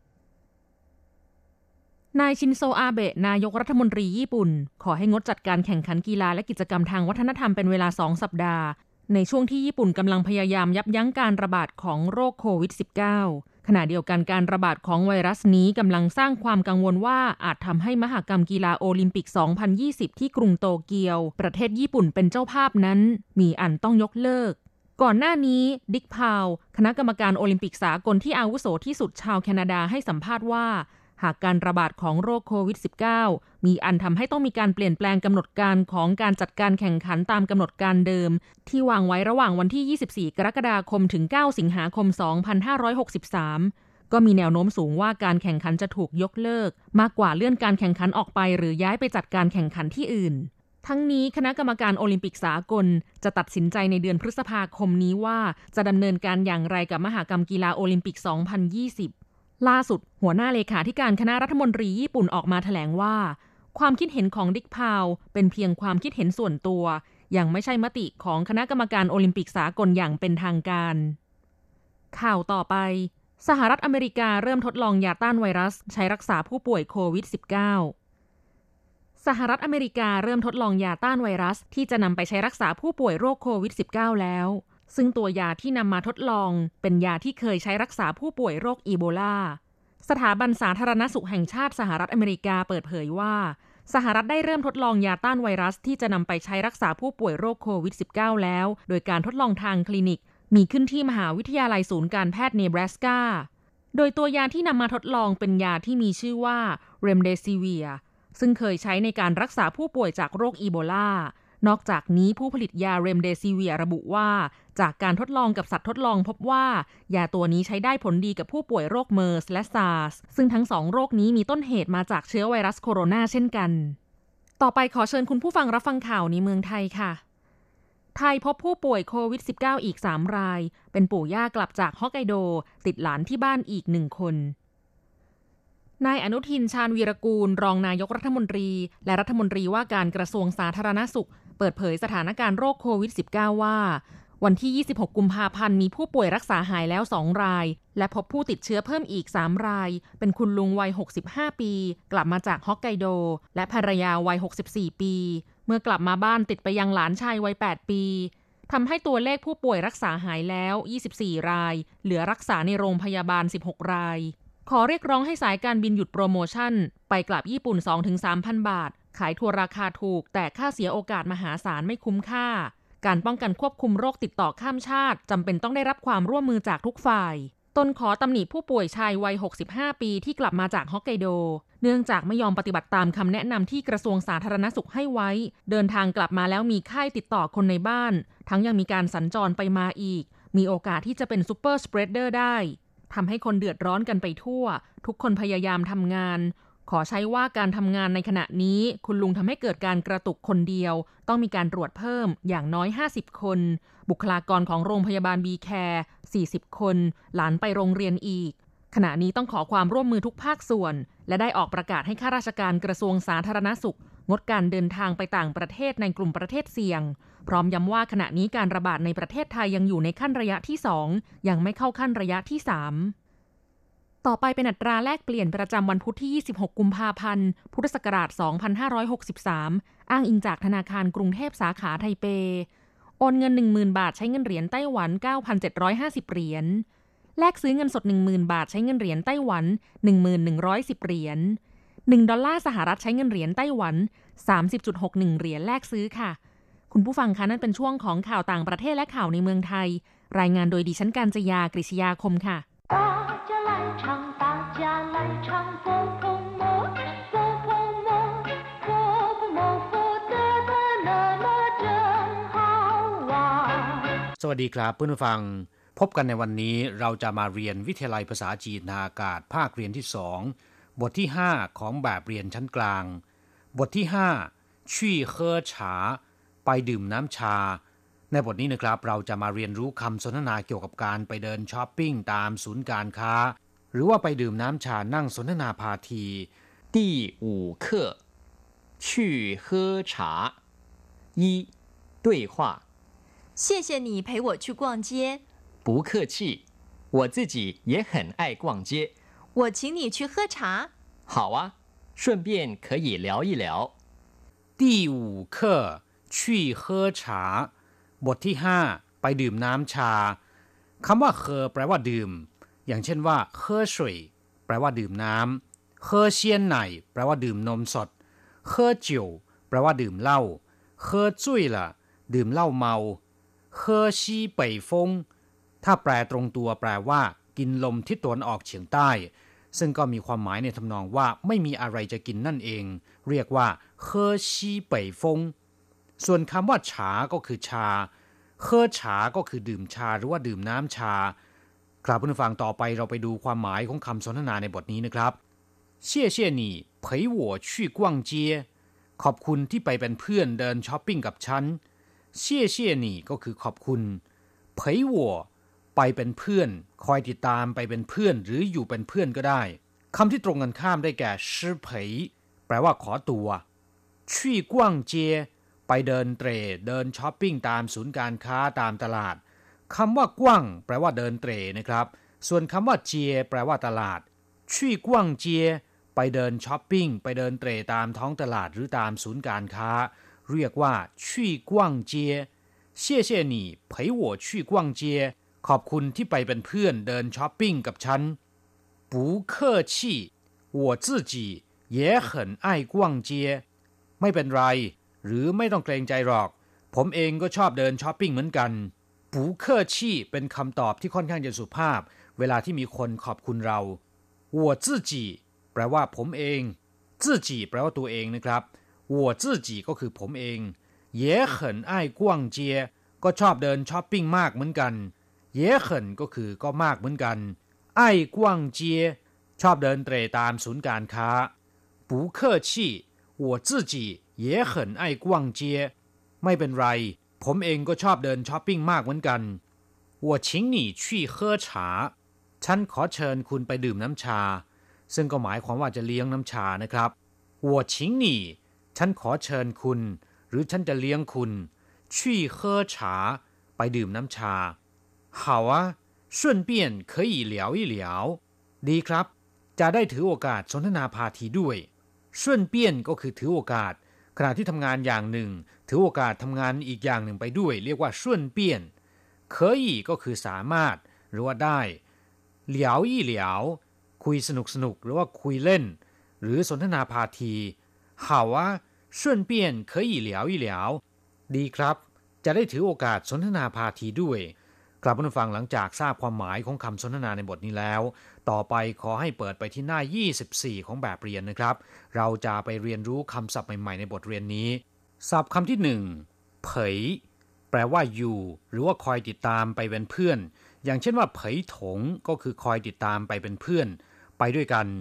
นายชินโซอาเบะนายกรัฐมนตรีญี่ปุ่นขอให้งดจัดการแข่งขันกีฬาและกิจกรรมทางวัฒนธรรมเป็นเวลาสองสัปดาห์ในช่วงที่ญี่ปุ่นกำลังพยายามยับยั้งการระบาดของโรคโควิด สิบเก้า ขณะเดียวกันการระบาดของไวรัสนี้กำลังสร้างความกังวลว่าอาจทำให้มหกรรมกีฬาโอลิมปิกสองพันยี่สิบที่กรุงโตเกียวประเทศญี่ปุ่นเป็นเจ้าภาพนั้นมีอันต้องยกเลิกก่อนหน้านี้ดิกพาวคณะกรรมการโอลิมปิกสากลที่อาวุโสที่สุดชาวแคนาดาให้สัมภาษณ์ว่าหากการระบาดของโรคโควิด สิบเก้า มีอันทำให้ต้องมีการเปลี่ยนแปลงกำหนดการของการจัดการแข่งขันตามกำหนดการเดิมที่วางไว้ระหว่างวันที่ยี่สิบสี่กรกฎาคมถึงเก้าสิงหาคมสองพันห้าร้อยหกสิบสามก็มีแนวโน้มสูงว่าการแข่งขันจะถูกยกเลิกมากกว่าเลื่อนการแข่งขันออกไปหรือย้ายไปจัดการแข่งขันที่อื่นทั้งนี้คณะกรรมการโอลิมปิกสากลจะตัดสินใจในเดือนพฤษภาคมนี้ว่าจะดำเนินการอย่างไรกับมหกรรมกีฬาโอลิมปิกสองพันยี่สิบล่าสุดหัวหน้าเลขาธิการคณะรัฐมนตรีญี่ปุ่นออกมาแถลงว่าความคิดเห็นของดิกพาวเป็นเพียงความคิดเห็นส่วนตัวยังไม่ใช่มติของคณะกรรมการโอลิมปิกสากลอย่างเป็นทางการข่าวต่อไปสหรัฐอเมริกาเริ่มทดลองยาต้านไวรัสใช้รักษาผู้ป่วยโควิด สิบเก้า สหรัฐอเมริกาเริ่มทดลองยาต้านไวรัสที่จะนำไปใช้รักษาผู้ป่วยโรคโควิด สิบเก้า แล้วซึ่งตัวยาที่นำมาทดลองเป็นยาที่เคยใช้รักษาผู้ป่วยโรคอีโบลาสถาบันสาธารณสุขแห่งชาติสหรัฐอเมริกาเปิดเผยว่าสหรัฐได้เริ่มทดลองยาต้านไวรัสที่จะนำไปใช้รักษาผู้ป่วยโรคโควิด สิบเก้า แล้วโดยการทดลองทางคลินิกมีขึ้นที่มหาวิทยาลัยศูนย์การแพทย์เนบราสกาโดยตัวยาที่นำมาทดลองเป็นยาที่มีชื่อว่าเรมเดซิเวียซึ่งเคยใช้ในการรักษาผู้ป่วยจากโรคอีโบลานอกจากนี้ผู้ผลิตยาเรมเดซิเวียระบุว่าจากการทดลองกับสัตว์ทดลองพบว่ายาตัวนี้ใช้ได้ผลดีกับผู้ป่วยโรคเมอร์สและซาร์สซึ่งทั้งสองโรคนี้มีต้นเหตุมาจากเชื้อไวรัสโคโรนาเช่นกันต่อไปขอเชิญคุณผู้ฟังรับฟังข่าวในเมืองไทยค่ะไทยพบผู้ป่วยโควิด สิบเก้า อีกสามรายเป็นปู่ย่ากลับจากฮอกไกโดติดหลานที่บ้านอีกหนึ่งคนนายอนุทินชาญวีรกูลรองนายกรัฐมนตรีและรัฐมนตรีว่าการกระทรวงสาธารณสุขเปิดเผยสถานการณ์โรคโควิด สิบเก้า ว่าวันที่ยี่สิบหกกุมภาพันธ์มีผู้ป่วยรักษาหายแล้วสองรายและพบผู้ติดเชื้อเพิ่มอีกสามรายเป็นคุณลุงวัยหกสิบห้าปีกลับมาจากฮอกไกโดและภรรยาวัยหกสิบสี่ปีเมื่อกลับมาบ้านติดไปยังหลานชายวัยแปดปีทำให้ตัวเลขผู้ป่วยรักษาหายแล้วยี่สิบสี่รายเหลือรักษาในโรงพยาบาลสิบหกรายขอเรียกร้องให้สายการบินหยุดโปรโมชั่นไปกลับญี่ปุ่น สองถึงสามพัน บาทขายทัวร์ราคาถูกแต่ค่าเสียโอกาสมหาศาลไม่คุ้มค่าการป้องกันควบคุมโรคติดต่อข้ามชาติจำเป็นต้องได้รับความร่วมมือจากทุกฝ่ายตนขอตำหนิผู้ป่วยชายวัยหกสิบห้าปีที่กลับมาจากฮอกไกโดเนื่องจากไม่ยอมปฏิบัติตามคำแนะนำที่กระทรวงสาธารณสุขให้ไว้เดินทางกลับมาแล้วมีไข้ติดต่อคนในบ้านทั้งยังมีการสัญจรไปมาอีกมีโอกาสที่จะเป็นซูเปอร์สเปรดเดอร์ได้ทำให้คนเดือดร้อนกันไปทั่วทุกคนพยายามทำงานขอใช้ว่าการทำงานในขณะนี้คุณลุงทำให้เกิดการกระตุกคนเดียวต้องมีการตรวจเพิ่มอย่างน้อยห้าสิบคนบุคลากรของโรงพยาบาลบีแคร์สี่สิบคนหลานไปโรงเรียนอีกขณะนี้ต้องขอความร่วมมือทุกภาคส่วนและได้ออกประกาศให้ข้าราชการกระทรวงสาธารณสุขงดการเดินทางไปต่างประเทศในกลุ่มประเทศเสี่ยงพร้อมย้ำว่าขณะนี้การระบาดในประเทศไทยยังอยู่ในขั้นระยะที่สองยังไม่เข้าขั้นระยะที่สามต่อไปเป็นอัตราแลกเปลี่ยนประจำวันพุธที่ยี่สิบหกกุมภาพันธ์พุทธศักราชสองพันห้าร้อยหกสิบสามอ้างอิงจากธนาคารกรุงเทพสาขาไทเปโอนเงิน หนึ่งหมื่น บาทใช้เงินเหรียญไต้หวัน เก้าพันเจ็ดร้อยห้าสิบ เหรียญแลกซื้อเงินสด หนึ่งหมื่น บาทใช้เงินเหรียญไต้หวัน หนึ่งพันหนึ่งร้อยสิบ เหรียญหนึ่งดอลลาร์สหรัฐใช้เงินเหรียญไต้หวัน สามสิบจุดหกหนึ่ง เหรียญแลกซื้อค่ะคุณผู้ฟังคะนั่นเป็นช่วงของข่าวต่างประเทศและข่าวในเมืองไทยรายงานโดยดิฉันกาญจยากฤษยาคมค่ะสวัสดีครับเพื่อนผู้ฟังพบกันในวันนี้เราจะมาเรียนวิทยาลัยภาษาจีนทางอากาศภาคเรียนที่สองบทที่ห้าของแบบเรียนชั้นกลางบทที่ห้าชี่เฮ่อฉาไปดื่มน้ำชาในบทนี้นะครับเราจะมาเรียนรู้คำสนทนาเกี่ยวกับการไปเดินช้อปปิ้งตามศูนย์การค้าหรือว่าไปดื่มน้ำชานั่งสนทนาพาที第五课去喝茶一对话谢谢你陪我去逛街不客气我自己也很爱逛街我请你去喝茶好啊顺便可以聊一聊第五课去喝茶บทที่ห้าไปดื่มน้ำชาคำว่าเคอแปลว่าดื่มอย่างเช่นว่าเคอช่วยแปลว่าดื่มน้ำเคอเซียนไหนแปลว่าดื่มนมสดเคอเจียวแปลว่าดื่มเหล้าเคอจุ้ยล่ะดื่มเหล้าเมาเคอซีเป่ยฟงถ้าแปลตรงตัวแปลว่ากินลมทิศตะวันออกเฉียงใต้ซึ่งก็มีความหมายในทำนองว่าไม่มีอะไรจะกินนั่นเองเรียกว่าเคอซีเป่ยฟงส่วนคำว่าฉาก็คือชาเคอฉาก็คือดื่มชาหรือว่าดื่มน้ำชาครับผู้ฟังต่อไปเราไปดูความหมายของคำสนทนาในบทนี้นะครับ谢谢你陪我去逛街ขอบคุณที่ไปเป็นเพื่อนเดินช้อปปิ้งกับฉันเชี่ยเชี่ยนี่ก็คือขอบคุณเผยหัวไปเป็นเพื่อนคอยติดตามไปเป็นเพื่อนหรืออยู่เป็นเพื่อนก็ได้คำที่ตรงกันข้ามได้แก่ชื่อเผยแปลว่าขอตัวชี่กว้างเจไปเดินเตร่เดินช้อปปิ้งตามศูนย์การค้าตามตลาดคำว่ากว้างแปลว่าเดินเตร่นะครับส่วนคำว่าเจียแปลว่าตลาดชี่กว้างเจียไปเดินช้อปปิ้งไปเดินเตร่ตามท้องตลาดหรือตามศูนย์การค้าเรียกว่าชี่กว้างเจียเชี่ยเชี่ยนี่陪我去逛街ขอบคุณที่ไปเป็นเพื่อนเดินช้อปปิ้งกับฉัน不客气我自己也很爱逛街ไม่เป็นไรหรือไม่ต้องเกรงใจหรอกผมเองก็ชอบเดินช้อปปิ้งเหมือนกัน不客气เป็นคำตอบที่ค่อนข้างจะสุภาพเวลาที่มีคนขอบคุณเรา我自己แปลว่าผมเอง自己แปลว่าตัวเองนะครับ我自己ก็คือผมเอง也很爱逛街ก็ชอบเดินช้อปปิ้งมากเหมือนกัน也很ก็คือก็มากเหมือนกัน爱逛街ชอบเดินเตร่ตามศูนย์การค้า不客气我自己也很爱逛街ไม่เป็นไรผมเองก็ชอบเดินช้อปปิ้งมากเหมือนกัน我请你去喝茶ฉันขอเชิญคุณไปดื่มน้ำชาซึ่งก็หมายความว่าจะเลี้ยงน้ำชานะครับ我请你ฉันขอเชิญคุณหรือฉันจะเลี้ยงคุณ去喝茶ไปดื่มน้ำชา好啊顺便可以聊一聊ดีครับจะได้ถือโอกาสสนทนาพาทีด้วย顺便ก็คือถือโอกาสขณะที่ทำงานอย่างหนึ่งถือโอกาสทำงานอีกอย่างหนึ่งไปด้วยเรียกว่า顺便可以ก็คือสามารถหรือว่าได้เหลียวอี้เหลียวคุยสนุกสนุกหรือว่าคุยเล่นหรือสนทนาพาที好啊顺便可以聊一聊ดีครับจะได้ถือโอกาสสนทนาพาทีด้วยกลับมาฟังหลังจากทราบความหมายของคำสนทนาในบทนี้แล้วต่อไปขอให้เปิดไปที่หน้ายี่สิบสี่ของแบบเรียนนะครับเราจะไปเรียนรู้คำศัพท์ใหม่ๆในบทเรียนนี้ศัพท์คำที่หนึ่งเผยแปลว่าอยู่หรือว่าคอยติดตามไปเป็นเพื่อนอย่างเช่นว่าเผยถงก็คือคอยติดตามไปเป็นเพื่อนไปด้วยกัน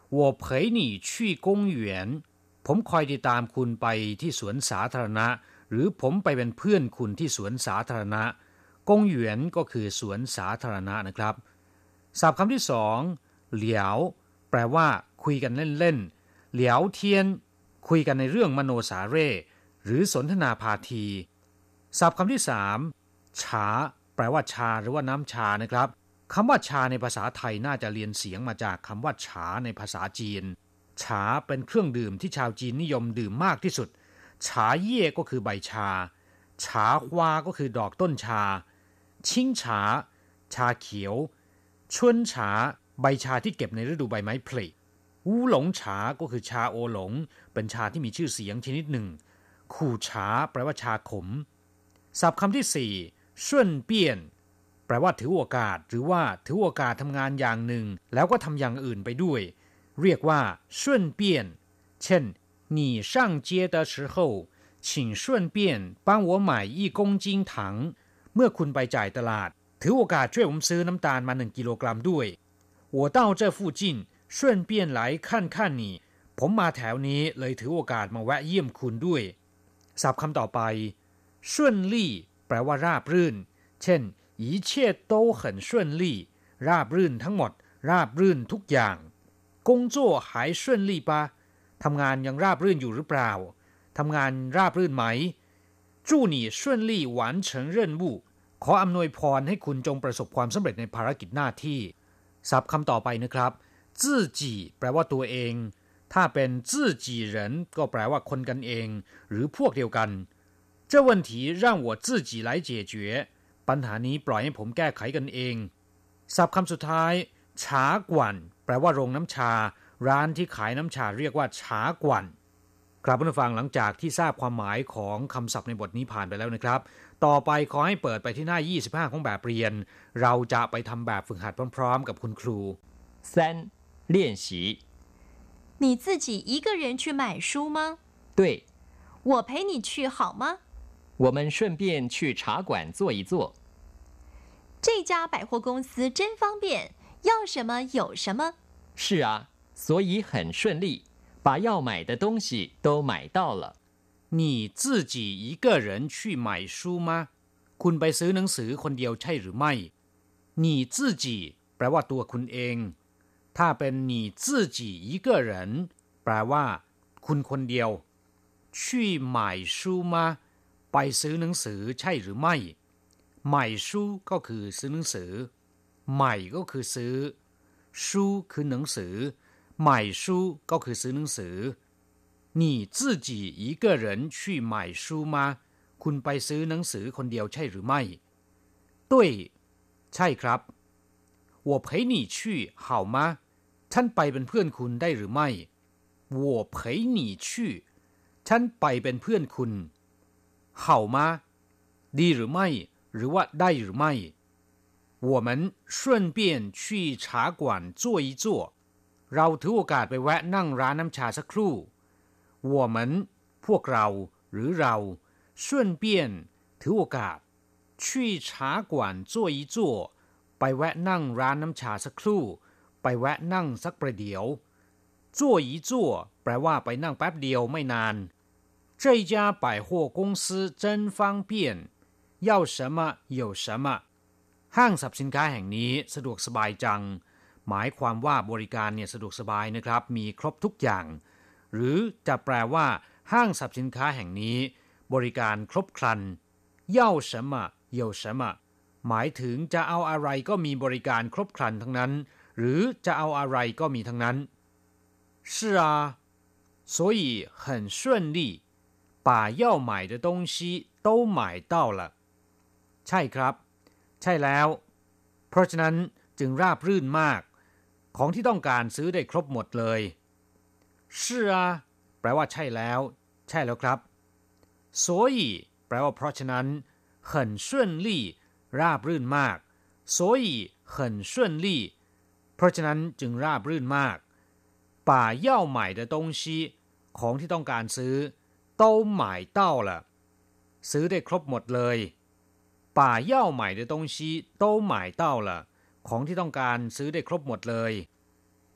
我陪你去公园ผมคอยติดตามคุณไปที่สวนสาธารณะหรือผมไปเป็นเพื่อนคุณที่สวนสาธารณะกงหยวนก็คือสวนสาธารณะนะครับศัพท์คำที่สองเหลียวแปลว่าคุยกันเล่นๆเหลียวเทียนคุยกันในเรื่องมโนสาเร่หรือสนทนาพาทีศัพท์คำที่สามฉาแปลว่าชาหรือว่าน้ำชานะครับคำว่าชาในภาษาไทยน่าจะเรียนเสียงมาจากคำว่าฉาในภาษาจีนฉาเป็นเครื่องดื่มที่ชาวจีนนิยมดื่มมากที่สุดฉาเย่ก็คือใบชาฉาฮวาก็คือดอกต้นชาชิงฉาชาเขียวชวนฉาใบชาที่เก็บในฤดูใบไม้ผลิวูหลงฉาก็คือชาโอหลงเป็นชาที่มีชื่อเสียงชนิดหนึ่งขู่ฉาแปลว่าชาขมศัพท์คำที่สี่ส่วนเปี้ยนแปลว่าถือโอกาสหรือว่าถือโอกาสทำงานอย่างหนึ่งแล้วก็ทำอย่างอื่นไปด้วยเรียกว่าส่วนเปี้ยนเช่น你上街的时候请顺便帮我买一公斤糖เมื่อคุณไปจ่ายตลาดถือโอกาสช่วยผมซื้อน้ำตาลมาหนึ่งกิโลกรัมด้วย我到这附近顺便来看看你ผมมาแถวนี้เลยถือโอกาสมาแวะเยี่ยมคุณด้วยศัพท์คำต่อไป顺利แปลว่าราบรื่นเช่น一切都很顺利ราบรื่นทั้งหมดราบรื่นทุกอย่าง工作还顺利吧ทำงานยังราบรื่นอยู่หรือเปล่าทำงานราบรื่นไหม祝你顺利完成任务ขออำนวยพรให้คุณจงประสบความสำเร็จในภารกิจหน้าที่ศัพท์คำต่อไปนะครับ自己แปลว่าตัวเองถ้าเป็น自己人ก็แปลว่าคนกันเองหรือพวกเดียวกัน这问题让我自己来解决ปัญหานี้ปล่อยให้ผมแก้ไขกันเองศัพท์คำสุดท้ายฉากวนแปลว่าโรงน้ำชาร้านที่ขายน้ำชาเรียกว่าฉากวนครับผู้ฟังหลังจากที่ทราบความหมายของคำศัพท์ในบทนี้ผ่านไปแล้วนะครับต่อไปขอให้เปิดไปที่หน้ายี่สิบห้าของแบบเรียนเราจะไปทำแบบฝึกหัดพร้อมๆกับคุณครู三练习你自己一个人去买书吗对我陪你去好吗我们顺便去茶馆坐一坐这家百货公司真方便要什么有什么是啊所以很顺利把要买的东西都买到了你自己一个人去买书吗คุณไปซื้อหนังสือคนเดียวใช่หรือไม่你自己แปลว่าตัวคุณเองถ้าเป็น你自己一个人แปลว่าคุณคนเดียว去买书吗ไปซื้อหนังสือใช่หรือไม่买书ก็คือซื้อหนังสือใหม่ก็คือซื้อ书คือหนังสือใหม่书ก็คือซื้อหนังสือ你自己一个人去买书吗คุณไปซื้อหนังสือคนเดียวใช่หรือไม่对ใช่ครับ我陪你去好吗ฉันไปเป็นเพื่อนคุณได้หรือไม่我陪你去ฉันไปเป็นเพื่อนคุณ好吗ดีหรือไม่หรือว่าได้หรือไม่我们顺便去茶馆坐一坐เราถือโอกาสไปแวะนั่งร้านน้ำชาสักครู่我们พวกเราหรือเรา顺便ถือโอกาส去茶馆坐一坐ไปแวะนั่งร้านน้ำชาสักครู่ไปแวะนั่งสักประเดี๋ยว坐一坐แปลว่าไปนั่งแป๊บเดียวไม่นาน这家百货公司真方便要什么有什么ห้างสรรพสินค้าแห่งนี้สะดวกสบายจังหมายความว่าบริการเนี่ยสะดวกสบายนะครับมีครบทุกอย่างหรือจะแปลว่าห้างสรรพสินค้าแห่งนี้บริการครบครัน要什么有什么หมายถึงจะเอาอะไรก็มีบริการครบครันทั้งนั้นหรือจะเอาอะไรก็มีทั้งนั้น是啊所以很顺利把要买的东西都买到了ใช่ครับใช่แล้วเพราะฉะนั้นจึงราบรื่นมากของที่ต้องการซื้อได้ครบหมดเลย是啊แปลว่าใช่แล้วใช่แล้วครับ所以แปลว่าเพราะฉะนั้น很顺利ราบรื่นมาก所以很顺利เพราะฉะนั้นจึงราบรื่นมาก把要买的东西ของที่ต้องการซื้อ都买到了ซื้อได้ครบหมดเลย把要买的东西都买到了ของที่ต้องการซื้อได้ครบหมดเลย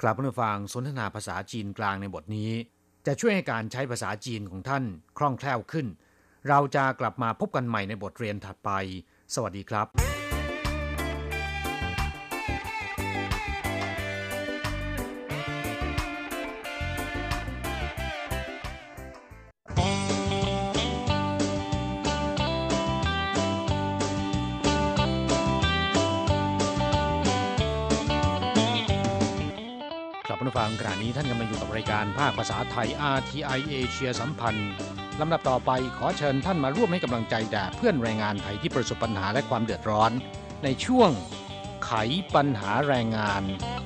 กลับมาฟังสนทนาภาษาจีนกลางในบทนี้จะช่วยให้การใช้ภาษาจีนของท่านคล่องแคล่วขึ้นเราจะกลับมาพบกันใหม่ในบทเรียนถัดไปสวัสดีครับผู้ฟังขณะนี้ท่านกำลังอยู่กับรายการภาคภาษาไทย อาร์ ที ไอ เอเชียสัมพันธ์ลำดับต่อไปขอเชิญท่านมาร่วมให้กำลังใจแด่เพื่อนแรงงานไทยที่ประสบปัญหาและความเดือดร้อนในช่วงไขปัญหาแรงงาน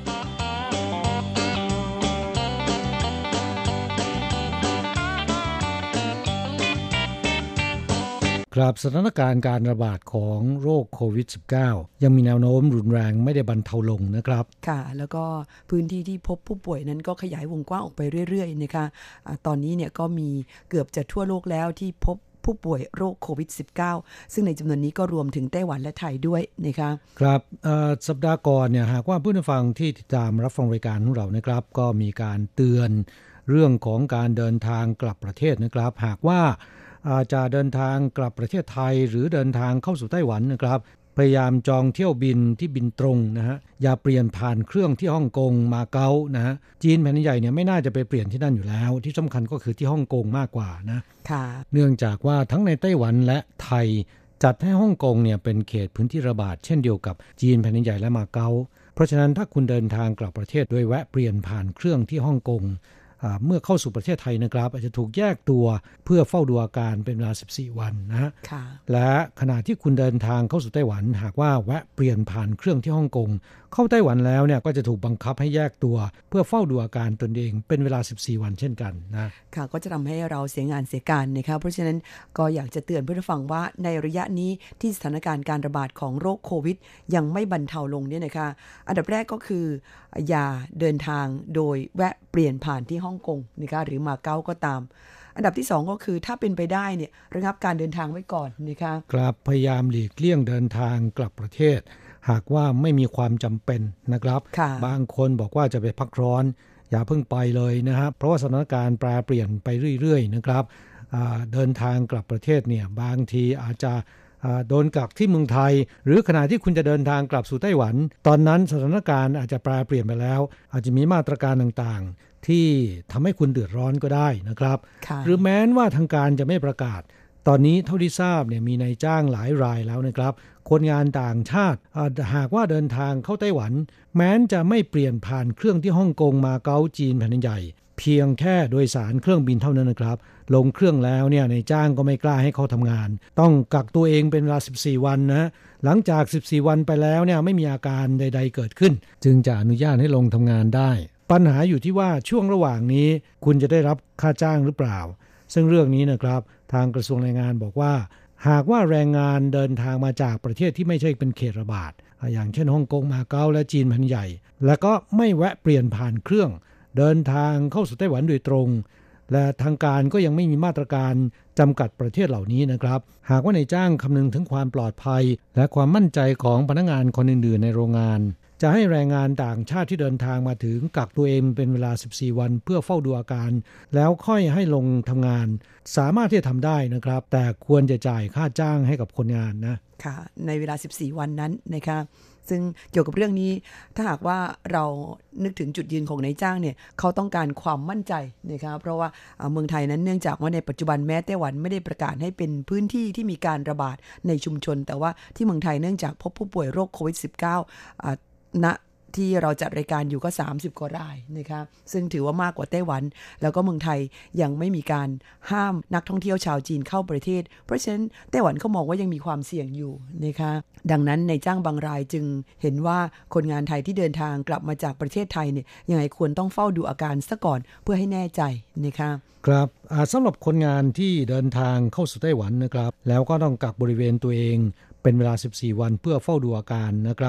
ครับสถานการณ์การระบาดของโรคโควิด สิบเก้า ยังมีแนวโน้มรุนแรงไม่ได้บรรเทาลงนะครับค่ะแล้วก็พื้นที่ที่พบผู้ป่วยนั้นก็ขยายวงกว้างออกไปเรื่อยๆนะคะอะตอนนี้เนี่ยก็มีเกือบจะทั่วโลกแล้วที่พบผู้ป่วยโรคโควิด สิบเก้า ซึ่งในจำนวนนี้ก็รวมถึงไต้หวันและไทยด้วยนะคะครับสัปดาห์ก่อนเนี่ยหากว่าผู้ฟังที่ติดตามรับฟังรายการของเรานะครับก็มีการเตือนเรื่องของการเดินทางกลับประเทศนะครับหากว่าอาจจะเดินทางกลับประเทศไทยหรือเดินทางเข้าสู่ไต้หวันนะครับพยายามจองเที่ยวบินที่บินตรงนะฮะอย่าเปลี่ยนผ่านเครื่องที่ฮ่องกงมาเก๊านะฮะจีนแผ่นใหญ่เนี่ยไม่น่าจะไปเปลี่ยนที่นั่นอยู่แล้วที่สำคัญก็คือที่ฮ่องกงมากกว่านะค่ะเนื่องจากว่าทั้งในไต้หวันและไทยจัดให้ฮ่องกงเนี่ยเป็นเขตพื้นที่ระบาดเช่นเดียวกับจีนแผ่นใหญ่และมาเก๊าเพราะฉะนั้นถ้าคุณเดินทางกลับประเทศโดยแวะเปลี่ยนผ่านเครื่องที่ฮ่องกงเมื่อเข้าสู่ประเทศไทยนะครับอาจจะถูกแยกตัวเพื่อเฝ้าดูอาการเป็นเวลาสิบสี่วันนะฮะและขณะที่คุณเดินทางเข้าสู่ไต้หวันหากว่าแวะเปลี่ยนผ่านเครื่องที่ฮ่องกงเข้าไต้หวันแล้วเนี่ยก็จะถูกบังคับให้แยกตัวเพื่อเฝ้าดูอาการตนเองเป็นเวลาสิบสี่วันเช่นกันนะค่ะก็จะทำให้เราเสียงานเสียการนะคะเพราะฉะนั้นก็อยากจะเตือนผู้ฟังว่าในระยะนี้ที่สถานการณ์การระบาดของโรคโควิดยังไม่บรรเทาลงเนี่ยนะคะอันดับแรกก็คืออย่าเดินทางโดยแวะเปลี่ยนผ่านที่ฮ่องกงนะคะหรือมาเก๊าก็ตามอันดับที่สองก็คือถ้าเป็นไปได้เนี่ยระงับการเดินทางไว้ก่อนนะคะครับพยายามหลีกเลี่ยงเดินทางกลับประเทศหากว่าไม่มีความจำเป็นนะครับบางคนบอกว่าจะไปพักร้อนอย่าเพิ่งไปเลยนะครับเพราะว่าสถานการณ์แปรเปลี่ยนไปเรื่อยๆนะครับเดินทางกลับประเทศเนี่ยบางทีอาจจะโดนกักที่เมืองไทยหรือขณะที่คุณจะเดินทางกลับสู่ไต้หวันตอนนั้นสถานการณ์อาจจะแปรเปลี่ยนไปแล้วอาจจะมีมาตรการต่างๆที่ทำให้คุณเดือดร้อนก็ได้นะครับหรือแม้ว่าทางการจะไม่ประกาศตอนนี้เท่าที่ทราบเนี่ยมีนายจ้างหลายรายแล้วนะครับคนงานต่างชาติหากว่าเดินทางเข้าไต้หวันแม้จะไม่เปลี่ยนผ่านเครื่องที่ฮ่องกงมาเก๊าจีนแผ่นใหญ่เพียงแค่โดยสารเครื่องบินเท่านั้นนะครับลงเครื่องแล้วเนี่ยนายจ้างก็ไม่กล้าให้เขาทำงานต้องกักตัวเองเป็นเวลาสิบสี่วันนะหลังจากสิบสี่วันไปแล้วเนี่ยไม่มีอาการใดๆเกิดขึ้นจึงจะอนุญาตให้ลงทำงานได้ปัญหาอยู่ที่ว่าช่วงระหว่างนี้คุณจะได้รับค่าจ้างหรือเปล่าซึ่งเรื่องนี้นะครับทางกระทรวงแรงงานบอกว่าหากว่าแรงงานเดินทางมาจากประเทศที่ไม่ใช่เป็นเขตระบาดอย่างเช่นฮ่องกงมาเก๊าและจีนแผ่นใหญ่แล้วก็ไม่แวะเปลี่ยนผ่านเครื่องเดินทางเข้าสู่ไต้หวันโดยตรงและทางการก็ยังไม่มีมาตรการจำกัดประเทศเหล่านี้นะครับหากว่านายจ้างคำนึงถึงความปลอดภัยและความมั่นใจของพนักงานคนอื่นๆในโรงงานจะให้แรงงานต่างชาติที่เดินทางมาถึงกักตัวเองเป็นเวลาสิบสี่วันเพื่อเฝ้าดูอาการแล้วค่อยให้ลงทำงานสามารถที่จะทำได้นะครับแต่ควรจะจ่ายค่าจ้างให้กับคนงานนะค่ะในเวลาสิบสี่วันนั้นนะคะซึ่งเกี่ยวกับเรื่องนี้ถ้าหากว่าเรานึกถึงจุดยืนของนายจ้างเนี่ยเขาต้องการความมั่นใจนะคะเพราะว่าเมืองไทยนั้นเนื่องจากว่าในปัจจุบันแม้ไต้หวันไม่ได้ประกาศให้เป็นพื้นที่ที่มีการระบาดในชุมชนแต่ว่าที่เมืองไทยเนื่องจากพบผู้ป่วยโรคโควิด สิบเก้า อ่าณที่เราจัดรายการอยู่ก็สามสิบกว่ารายนะคะซึ่งถือว่ามากกว่าไต้หวันแล้วก็เมืองไทยยังไม่มีการห้ามนักท่องเที่ยวชาวจีนเข้าประเทศเพราะฉะนั้นไต้หวันเขามองว่ายังมีความเสี่ยงอยู่นะคะดังนั้นนายจ้างบางรายจึงเห็นว่าคนงานไทยที่เดินทางกลับมาจากประเทศไทยเนี่ยยังไงควรต้องเฝ้าดูอาการซะก่อนเพื่อให้แน่ใจนะคะครับสำหรับคนงานที่เดินทางเข้าสู่ไต้หวันนะครับแล้วก็ต้องกักบริเวณตัวเองเป็นเวลาสิบสี่วันเพื่อเฝ้าดูอาการนะครับ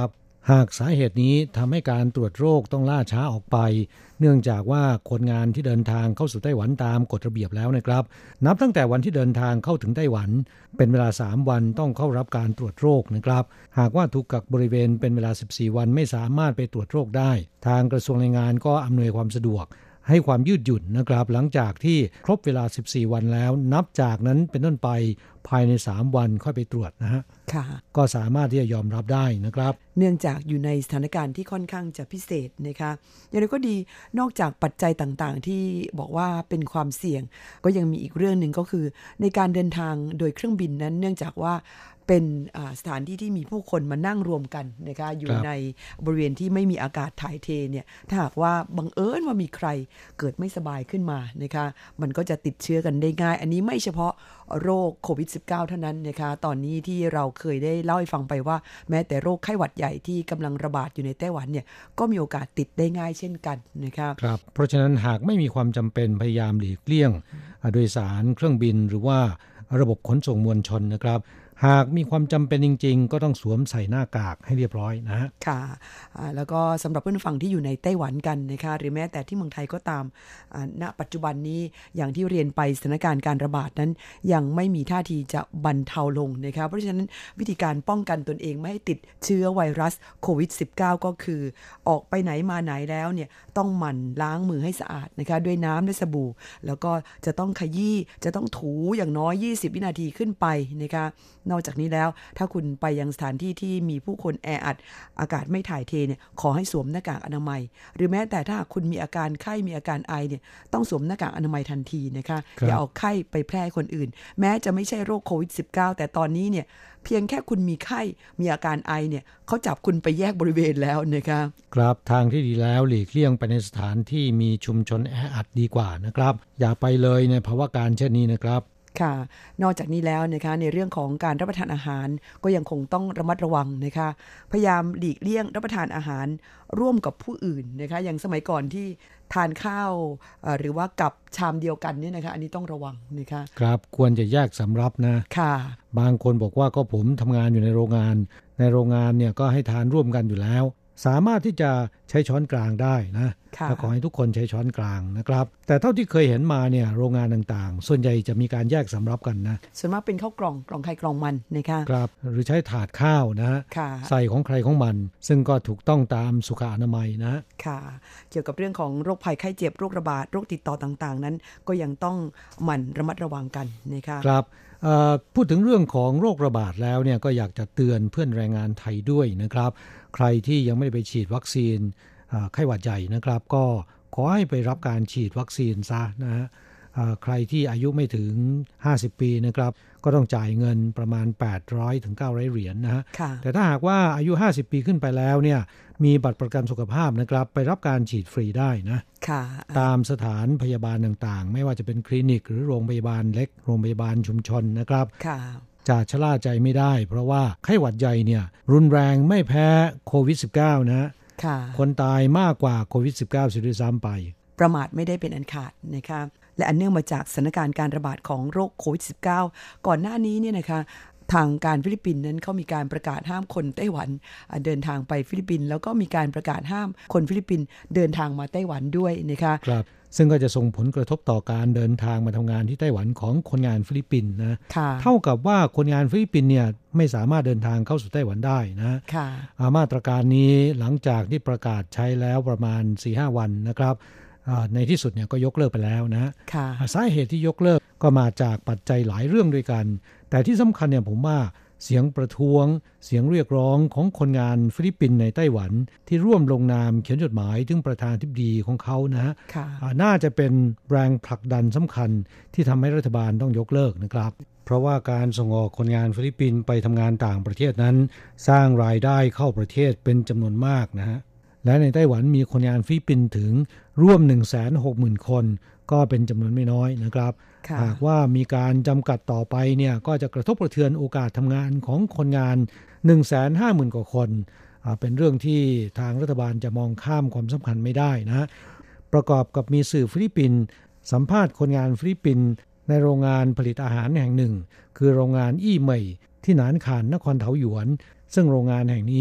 หากสาเหตุนี้ทำให้การตรวจโรคต้องล่าช้าออกไปเนื่องจากว่าคนงานที่เดินทางเข้าสู่ไต้หวันตามกฎระเบียบแล้วนะครับนับตั้งแต่วันที่เดินทางเข้าถึงไต้หวันเป็นเวลาสามวันต้องเข้ารับการตรวจโรคนะครับหากว่าถูกกักบริเวณเป็นเวลาสิบสี่วันไม่สามารถไปตรวจโรคได้ทางกระทรวงแรงงานก็อำนวยความสะดวกให้ความยืดหยุ่นนะครับหลังจากที่ครบเวลาสิบสี่วันแล้วนับจากนั้นเป็นต้นไปภายในสามวันค่อยไปตรวจนะฮะค่ะก็สามารถที่จะยอมรับได้นะครับเนื่องจากอยู่ในสถานการณ์ที่ค่อนข้างจะพิเศษนะคะอย่างไรก็ดีนอกจากปัจจัยต่างๆที่บอกว่าเป็นความเสี่ยงก็ยังมีอีกเรื่องนึงก็คือในการเดินทางโดยเครื่องบินนั้นเนื่องจากว่าเป็นสถานที่ที่มีผู้คนมานั่งรวมกันนะคะอยู่ในบริเวณที่ไม่มีอากาศถ่ายเทเนี่ยถ้าหากว่าบังเอิญว่ามีใครเกิดไม่สบายขึ้นมานะคะมันก็จะติดเชื้อกันได้ง่ายอันนี้ไม่เฉพาะโรคโควิด สิบเก้า เท่านั้นนะคะตอนนี้ที่เราเคยได้เล่าให้ฟังไปว่าแม้แต่โรคไข้หวัดใหญ่ที่กำลังระบาดอยู่ในไต้หวันเนี่ยก็มีโอกาสติดได้ง่ายเช่นกันนะคะครับเพราะฉะนั้นหากไม่มีความจำเป็นพยายามหลีกเลี่ยงโดยสารเครื่องบินหรือว่าระบบขนส่งมวลชนนะครับหากมีความจำเป็นจริงๆก็ต้องสวมใส่หน้ากากให้เรียบร้อยนะฮะค่ะแล้วก็สำหรับเพื่อนฟังที่อยู่ในไต้หวันกันนะคะหรือแม้แต่ที่เมืองไทยก็ตามณปัจจุบันนี้อย่างที่เรียนไปสถานการณ์การระบาดนั้นยังไม่มีท่าทีจะบรรเทาลงนะคะเพราะฉะนั้นวิธีการป้องกันตนเองไม่ให้ติดเชื้อไวรัสโควิด สิบเก้า ก็คือออกไปไหนมาไหนแล้วเนี่ยต้องหมั่นล้างมือให้สะอาดนะคะด้วยน้ำและสบู่แล้วก็จะต้องขยี้จะต้องถูอย่างน้อยยี่สิบวินาทีขึ้นไปนะคะนอกจากนี้แล้วถ้าคุณไปยังสถานที่ที่มีผู้คนแออัดอากาศไม่ถ่ายเทเนี่ยขอให้สวมหน้ากากอนามัยหรือแม้แต่ถ้าคุณมีอาการไข้มีอาการไอเนี่ยต้องสวมหน้ากากอนามัยทันทีนะคะอย่าเอาไข้ไปแพร่ให้คนอื่นแม้จะไม่ใช่โรคโควิด สิบเก้า แต่ตอนนี้เนี่ยเพียงแค่คุณมีไข้มีอาการไอเนี่ยเขาจับคุณไปแยกบริเวณแล้วนะคะครับทางที่ดีแล้วหลีกเลี่ยงไปในสถานที่มีชุมชนแออัดดีกว่านะครับอย่าไปเลยในภาวะการเช่นนี้นะครับค่ะนอกจากนี้แล้วนะคะในเรื่องของการรับประทานอาหารก็ยังคงต้องระมัดระวังนะคะพยายามหลีกเลี่ยงรับประทานอาหารร่วมกับผู้อื่นนะคะอย่างสมัยก่อนที่ทานข้าวหรือว่ากับชามเดียวกันเนี่ยนะคะอันนี้ต้องระวังนะคะครับควรจะแยกสำรับนะค่ะบางคนบอกว่าก็ผมทำงานอยู่ในโรงงานในโรงงานเนี่ยก็ให้ทานร่วมกันอยู่แล้วสามารถที่จะใช้ช้อนกลางได้นะและขอให้ทุกคนใช้ช้อนกลางนะครับแต่เท่าที่เคยเห็นมาเนี่ยโรงงานต่างๆส่วนใหญ่จะมีการแยกสำรับกันนะส่วนมากเป็นข้าวกล่องกล่องใครกล่องมันนะคะครับหรือใช้ถาดข้าวนะใส่ของใครของมันซึ่งก็ถูกต้องตามสุขอนามัยนะค่ะเกี่ยวกับเรื่องของโรคภัยไข้เจ็บโรคระบาดโรคติดต่อต่างๆนั้นก็ยังต้องหมั่นระมัดระวังกันนะคะครับพูดถึงเรื่องของโรคระบาดแล้วเนี่ยก็อยากจะเตือนเพื่อนแรงงานไทยด้วยนะครับใครที่ยังไม่ได้ไปฉีดวัคซีนไข้หวัดใหญ่นะครับก็ขอให้ไปรับการฉีดวัคซีนซะนะฮะใครที่อายุไม่ถึงห้าสิบปีนะครับก็ต้องจ่ายเงินประมาณแปดร้อยถึงเก้าร้อยเหรียญ น, นะฮะแต่ถ้าหากว่าอายุห้าสิบปีขึ้นไปแล้วเนี่ยมีบัตรประกันสุขภาพนะครับไปรับการฉีดฟรีได้นะตามสถานพยาบาลต่างๆไม่ว่าจะเป็นคลินิกหรือโรงพยาบาลเล็กโรงพยาบาลชุมชนนะครับจะชะล่าใจไม่ได้เพราะว่าไข้หวัดใหญ่เนี่ยรุนแรงไม่แพ้โควิด สิบเก้า นะคนตายมากกว่าโควิด สิบเก้า สิด้วยซ้ำไปประมาทไม่ได้เป็นอันขาดนะคะและอันเนื่องมาจากสถานการณ์การระบาดของโรคโควิด สิบเก้า ก่อนหน้านี้เนี่ยนะคะทางการฟิลิปปินส์นั้นเขามีการประกาศห้ามคนไต้หวันเดินทางไปฟิลิปปินส์แล้วก็มีการประกาศห้ามคนฟิลิปปินส์เดินทางมาไต้หวันด้วยนะคะครับซึ่งก็จะส่งผลกระทบต่อการเดินทางมาทำงานที่ไต้หวันของคนงานฟิลิปปินส์นะเท่ากับว่าคนงานฟิลิปปินส์เนี่ยไม่สามารถเดินทางเข้าสู่ไต้หวันได้นะมาตรการนี้หลังจากที่ประกาศใช้แล้วประมาณ สี่ห้า วันนะครับในที่สุดเนี่ยก็ยกเลิกไปแล้วนะสาเหตุที่ยกเลิกก็มาจากปัจจัยหลายเรื่องด้วยกันแต่ที่สำคัญเนี่ยผมว่าเสียงประท้วงเสียงเรียกร้องของคนงานฟิลิปปินส์ในไต้หวันที่ร่วมลงนามเขียนจดหมายถึงประธานาธิบดีของเขานะฮะน่าจะเป็นแรงผลักดันสำคัญที่ทำให้รัฐบาลต้องยกเลิกนะครับเพราะว่าการส่งออกคนงานฟิลิปปินส์ไปทำงานต่างประเทศนั้นสร้างรายได้เข้าประเทศเป็นจำนวนมากนะฮะและในไต้หวันมีคนงานฟิลิปปินส์ถึงร่วม หนึ่งแสนหกหมื่น คนก็เป็นจำนวนไม่น้อยนะครับหากว่ามีการจำกัดต่อไปเนี่ยก็จะกระทบกระเทือนโอกาสทำงานของคนงาน หนึ่งแสนห้าหมื่น กว่าคนเป็นเรื่องที่ทางรัฐบาลจะมองข้ามความสำคัญไม่ได้นะประกอบกับมีสื่อฟิลิปปินส์สัมภาษณ์คนงานฟิลิปปินส์ในโรงงานผลิตอาหารแห่งหนึ่งคือโรงงานอี้เหมยที่หนานข่านนครเถาหยวนซึ่งโรงงานแห่งนี้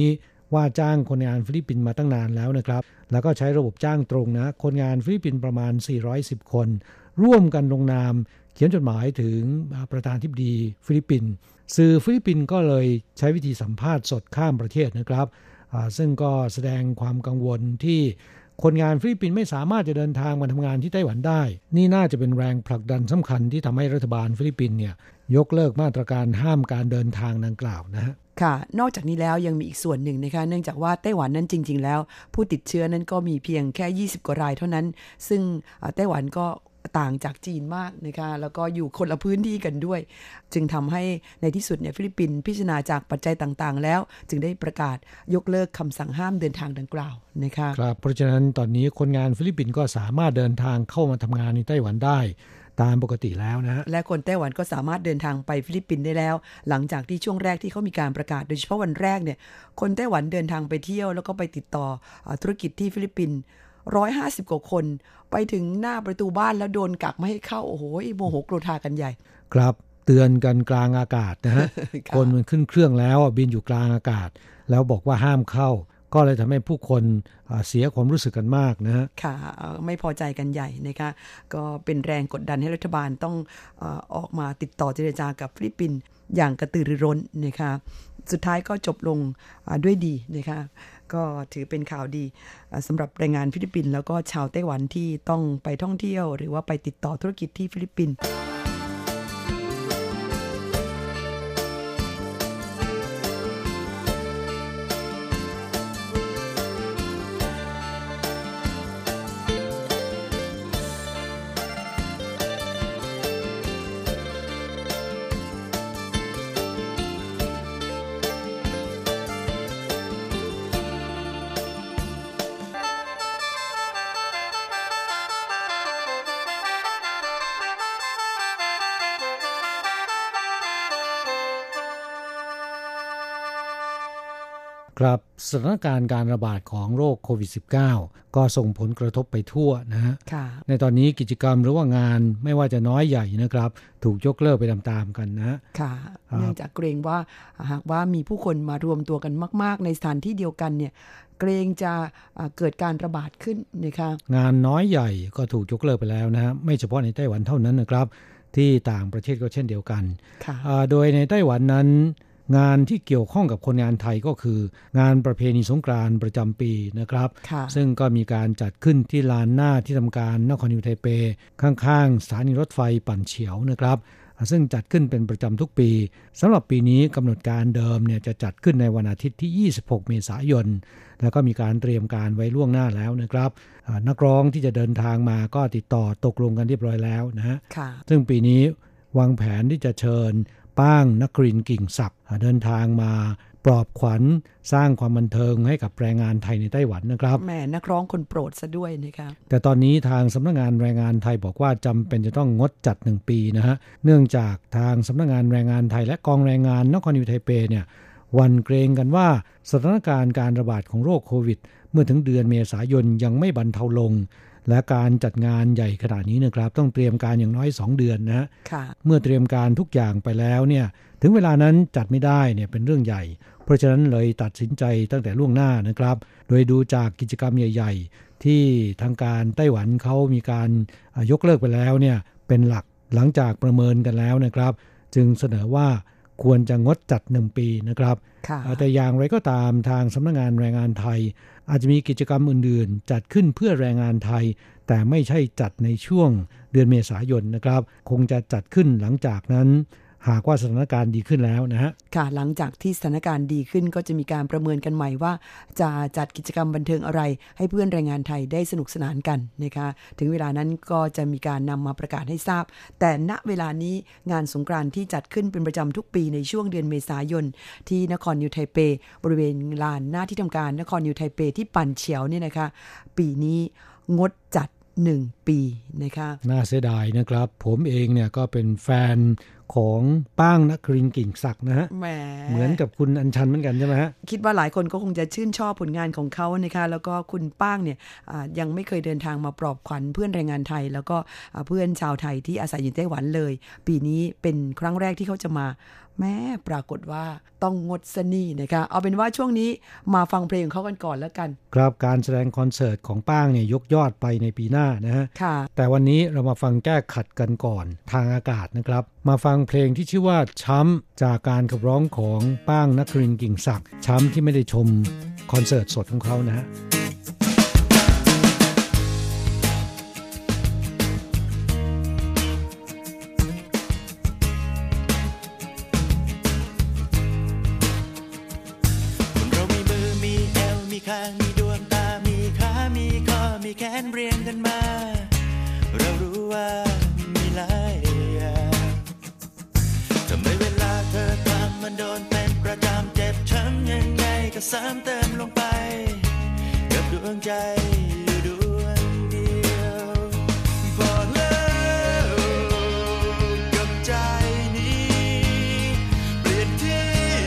ว่าจ้างคนงานฟิลิปปินส์มาตั้งนานแล้วนะครับแล้วก็ใช้ระบบจ้างตรงนะคนงานฟิลิปปินส์ประมาณสี่ร้อยสิบคนร่วมกันลงนามเขียนจดหมายถึงประธานาธิบดีฟิลิปปินส์สื่อฟิลิปปินส์ก็เลยใช้วิธีสัมภาษณ์สดข้ามประเทศนะครับซึ่งก็แสดงความกังวลที่คนงานฟิลิปปินส์ไม่สามารถจะเดินทางมาทำงานที่ไต้หวันได้นี่น่าจะเป็นแรงผลักดันสำคัญที่ทำให้รัฐบาลฟิลิปปินส์เนี่ยยกเลิกมาตรการห้ามการเดินทางดังกล่าวนะฮะค่ะนอกจากนี้แล้วยังมีอีกส่วนหนึ่งนะคะเนื่องจากว่าไต้หวันนั้นจริงๆแล้วผู้ติดเชื้อนั้นก็มีเพียงแค่ยี่สิบกว่ารายเท่านั้นซึ่งไต้หวันก็ต่างจากจีนมากนะคะแล้วก็อยู่คนละพื้นที่กันด้วยจึงทำให้ในที่สุดเนี่ยฟิลิปปินส์พิจารณาจากปัจจัยต่างๆแล้วจึงได้ประกาศยกเลิกคำสั่งห้ามเดินทางดังกล่าวนะคะครับเพราะฉะนั้นตอนนี้คนงานฟิลิปปินส์ก็สามารถเดินทางเข้ามาทำงานในไต้หวันได้ตามปกติแล้วนะและคนไต้หวันก็สามารถเดินทางไปฟิลิปปินส์ได้แล้วหลังจากที่ช่วงแรกที่เขามีการประกาศโดยเฉพาะวันแรกเนี่ยคนไต้หวันเดินทางไปเที่ยวแล้วก็ไปติดต่อธุรกิจที่ฟิลิปปินส์หนึ่งร้อยห้าสิบกว่าคนไปถึงหน้าประตูบ้านแล้วโดนกักไม่ให้เข้าโอ้โหโมโหโกรธากันใหญ่ครับเตือนกันกลางอากาศนะฮะ คนมันขึ้นเครื่องแล้วบินอยู่กลางอากาศแล้วบอกว่าห้ามเข้าก็เลยทำให้ผู้คนเสียความรู้สึกกันมากนะฮะค่ะไม่พอใจกันใหญ่นะคะก็เป็นแรงกดดันให้รัฐบาลต้องเอ่อออกมาติดต่อเจรจากับฟิลิปปินส์อย่างกระตือรือร้นนะคะสุดท้ายก็จบลงด้วยดีนะคะก็ถือเป็นข่าวดีสำหรับแรงงานฟิลิปปินส์แล้วก็ชาวไต้หวันที่ต้องไปท่องเที่ยวหรือว่าไปติดต่อธุรกิจที่ฟิลิปปินส์ครับสถานการณ์การระบาดของโรคโควิด สิบเก้า ก็ส่งผลกระทบไปทั่วนะฮะในตอนนี้กิจกรรมหรือว่างานไม่ว่าจะน้อยใหญ่นะครับถูกยกเลิกไปตามๆกันนะค่ะเนื่องจากเกรงว่าหากว่ามีผู้คนมารวมตัวกันมากๆในสถานที่เดียวกันเนี่ยเกรงจะเกิดการระบาดขึ้นนะคะงานน้อยใหญ่ก็ถูกยกเลิกไปแล้วนะฮะไม่เฉพาะในไต้หวันเท่านั้นนะครับที่ต่างประเทศก็เช่นเดียวกันโดยในไต้หวันนั้นงานที่เกี่ยวข้องกับคนงานไทยก็คืองานประเพณีสงกรานต์ประจำปีนะครับซึ่งก็มีการจัดขึ้นที่ลานหน้าที่ทำการนครนิวยอร์กไทเปข้างๆสถานีรถไฟปั่นเฉียวนะครับซึ่งจัดขึ้นเป็นประจำทุกปีสำหรับปีนี้กำหนดการเดิมเนี่ยจะจัดขึ้นในวันอาทิตย์ที่ยี่สิบหกเมษายนแล้วก็มีการเตรียมการไว้ล่วงหน้าแล้วนะครับนักร้องที่จะเดินทางมาก็ติดต่อตกลงกันเรียบร้อยแล้วนะฮะซึ่งปีนี้วางแผนที่จะเชิญป้างนครินทร์กิ่งศักดิ์เดินทางมาปลอบขวัญสร้างความบันเทิงให้กับแรงงานไทยในไต้หวันนะครับแหมนักร้องคนโปรดซะด้วยนะครับแต่ตอนนี้ทางสำนักงานแรงงานไทยบอกว่าจำเป็นจะต้องงดจัดหนึ่งปีนะฮะเนื่องจากทางสำนักงานแรงงานไทยและกองแรงงานนครนิวยอร์กไทเปเนี่ยหวั่นเกรงกันว่าสถานการณ์การระบาดของโรคโควิดเมื่อถึงเดือนเมษายนยังไม่บรรเทาลงและการจัดงานใหญ่ขนาดนี้นะครับต้องเตรียมการอย่างน้อยสองเดือนนะฮะเมื่อเตรียมการทุกอย่างไปแล้วเนี่ยถึงเวลานั้นจัดไม่ได้เนี่ยเป็นเรื่องใหญ่เพราะฉะนั้นเลยตัดสินใจตั้งแต่ล่วงหน้านะครับโดยดูจากกิจกรรมใหญ่ๆที่ทางการไต้หวันเขามีการยกเลิกไปแล้วเนี่ยเป็นหลักหลังจากประเมินกันแล้วนะครับจึงเสนอว่าควรจะงดจัดหนึ่งปีนะครับแต่อย่างไรก็ตามทางสำนักงานแรงงานไทยอาจจะมีกิจกรรมอื่นๆจัดขึ้นเพื่อแรงงานไทยแต่ไม่ใช่จัดในช่วงเดือนเมษายนนะครับคงจะจัดขึ้นหลังจากนั้นหากว่าสถานการณ์ดีขึ้นแล้วนะฮะค่ะหลังจากที่สถานการณ์ดีขึ้นก็จะมีการประเมินกันใหม่ว่าจะจัดกิจกรรมบันเทิงอะไรให้เพื่อนแรงงานไทยได้สนุกสนานกันนะคะถึงเวลานั้นก็จะมีการนำมาประกาศให้ทราบแต่ณเวลานี้งานสงกรานต์ที่จัดขึ้นเป็นประจำทุกปีในช่วงเดือนเมษายนที่นครนิวยอร์กไทเปบริเวณลานหน้าที่ทำการนครนิวยอร์กไทเปที่ปั่นเฉียวเนี่ยนะคะปีนี้งดจัดหนึ่งปีนะคะน่าเสียดายนะครับผมเองเนี่ยก็เป็นแฟนของป้างนครินทร์กิ่งศักดิ์นะฮะแหมเหมือนกับคุณอัญชันเหมือนกันใช่ไหมฮะคิดว่าหลายคนก็คงจะชื่นชอบผลงานของเขานะคะแล้วก็คุณป้างเนี่ยยังไม่เคยเดินทางมาปลอบขวัญเพื่อนแรงงานไทยแล้วก็เพื่อนชาวไทยที่อาศัยอยู่ไต้หวันเลยปีนี้เป็นครั้งแรกที่เขาจะมาแม้ปรากฏว่าต้องงดซะนี่นะคะเอาเป็นว่าช่วงนี้มาฟังเพลงของเขากันก่อนแล้วกันครับการแสดงคอนเสิร์ตของป้างเนี่ยยกยอดไปในปีหน้านะฮะแต่วันนี้เรามาฟังแก้ขัดกันก่อนทางอากาศนะครับมาฟังเพลงที่ชื่อว่าช้ำจากการขับร้องของป้างนครินทร์กิ่งศักดิ์ช้ำที่ไม่ได้ชมคอนเสิร์ตสดของเขานะฮะมีดวงตามีขามีคอมีแขนเรียงกันมาเรารู้ว่ามีหลายอย่างทำไมเวลาเธอทำมันโดนเป็นประจำเจ็บช้ำยังไงก็ซ้ำเติมลงไปกับดวงใจอยู่ดวงเดียวพอแล้วกับใจนี้เปลี่ยนที่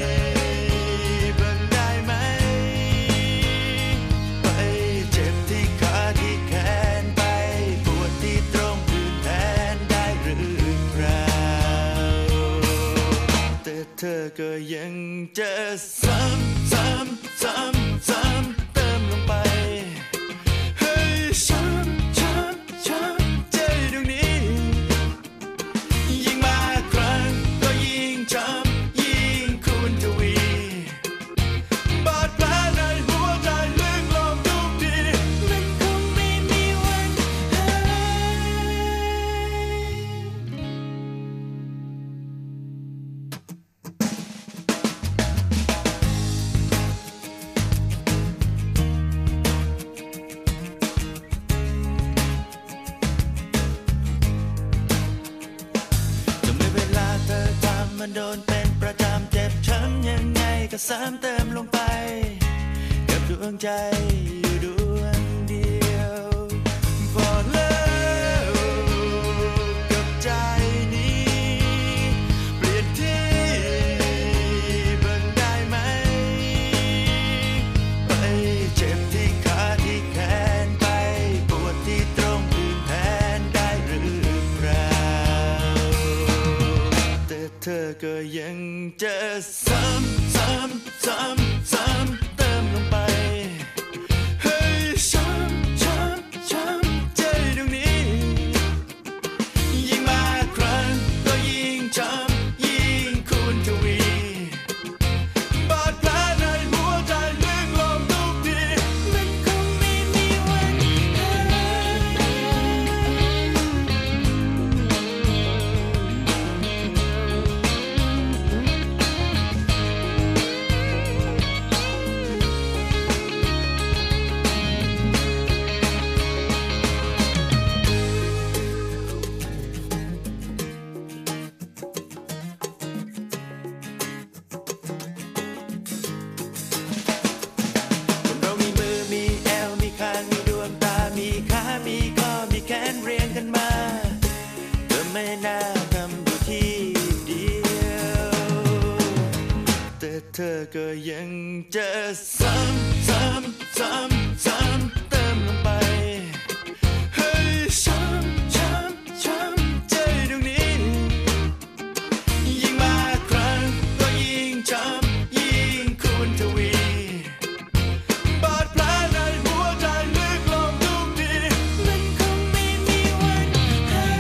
เธอก็ยังจะซ้ำซ้ำซ้ำซ้ำเติมลงไปให้ช้ำช้ำช้ำใจตรงนี้ยิ่งมากครั้งก็ยิ่งช้ำยิ่งคูณทวีบาดแผลในหัวใจลึกลงทุกทีมันคงไม่มีวันหมันโดนเป็นประจำเจ็บช้ำยังไงก็ซ้ำเติมลงไปกับดวงใจอยู่ดวงเดียวพอแล้วกับใจนี้เปลี่ยนที่เบิ่งได้ไหมไปเจ็บที่ขาที่แขนไปปวดที่ตรงพื้นแผนได้หรือเปล่าเธอก็ยังจะซ้ำซ้ำซ้ำซ้ำเติมลงไปให้ช้ำช้ำช้ำใจตรงนี้ยิ่งมากครั้งก็ยิ่งช้ำยิ่งคูณทวีบาดแผลในหัวใจลึกลงทุกทีมันคงไม่มีวันหเธอก็ยังจะซ้ำซ้ำซ้ำซ้ำเติมลงไปให้ช้ำช้ำช้ำใจตรงนี้ยิ่งมากครั้งก็ยิ่งช้ำยิ่งคูณทวีบาดแผลในหัวใจลึกลงทุกทีมันคงไม่มีวันหาย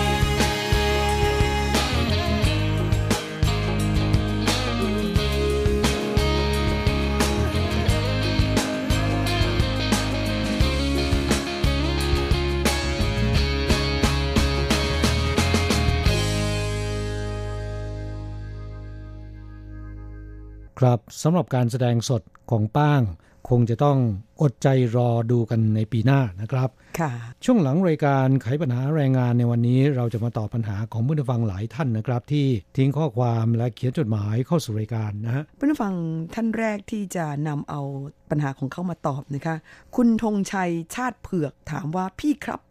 ครับสำหรับการแสดงสดของป้างคงจะต้องอดใจรอดูกันในปีหน้านะครับค่ะช่วงหลังรายการไขปัญหาแรงงานในวันนี้เราจะมาตอบปัญหาของผู้ฟังหลายท่านนะครับที่ทิ้งข้อความและเขียนจดหมายเข้าสู่รายการนะฮะผู้ฟังท่านแรกที่จะนำเอาปัญหาของเขามาตอบนะคะคุณธงชัยชาติเผือกถามว่าพี่ครับ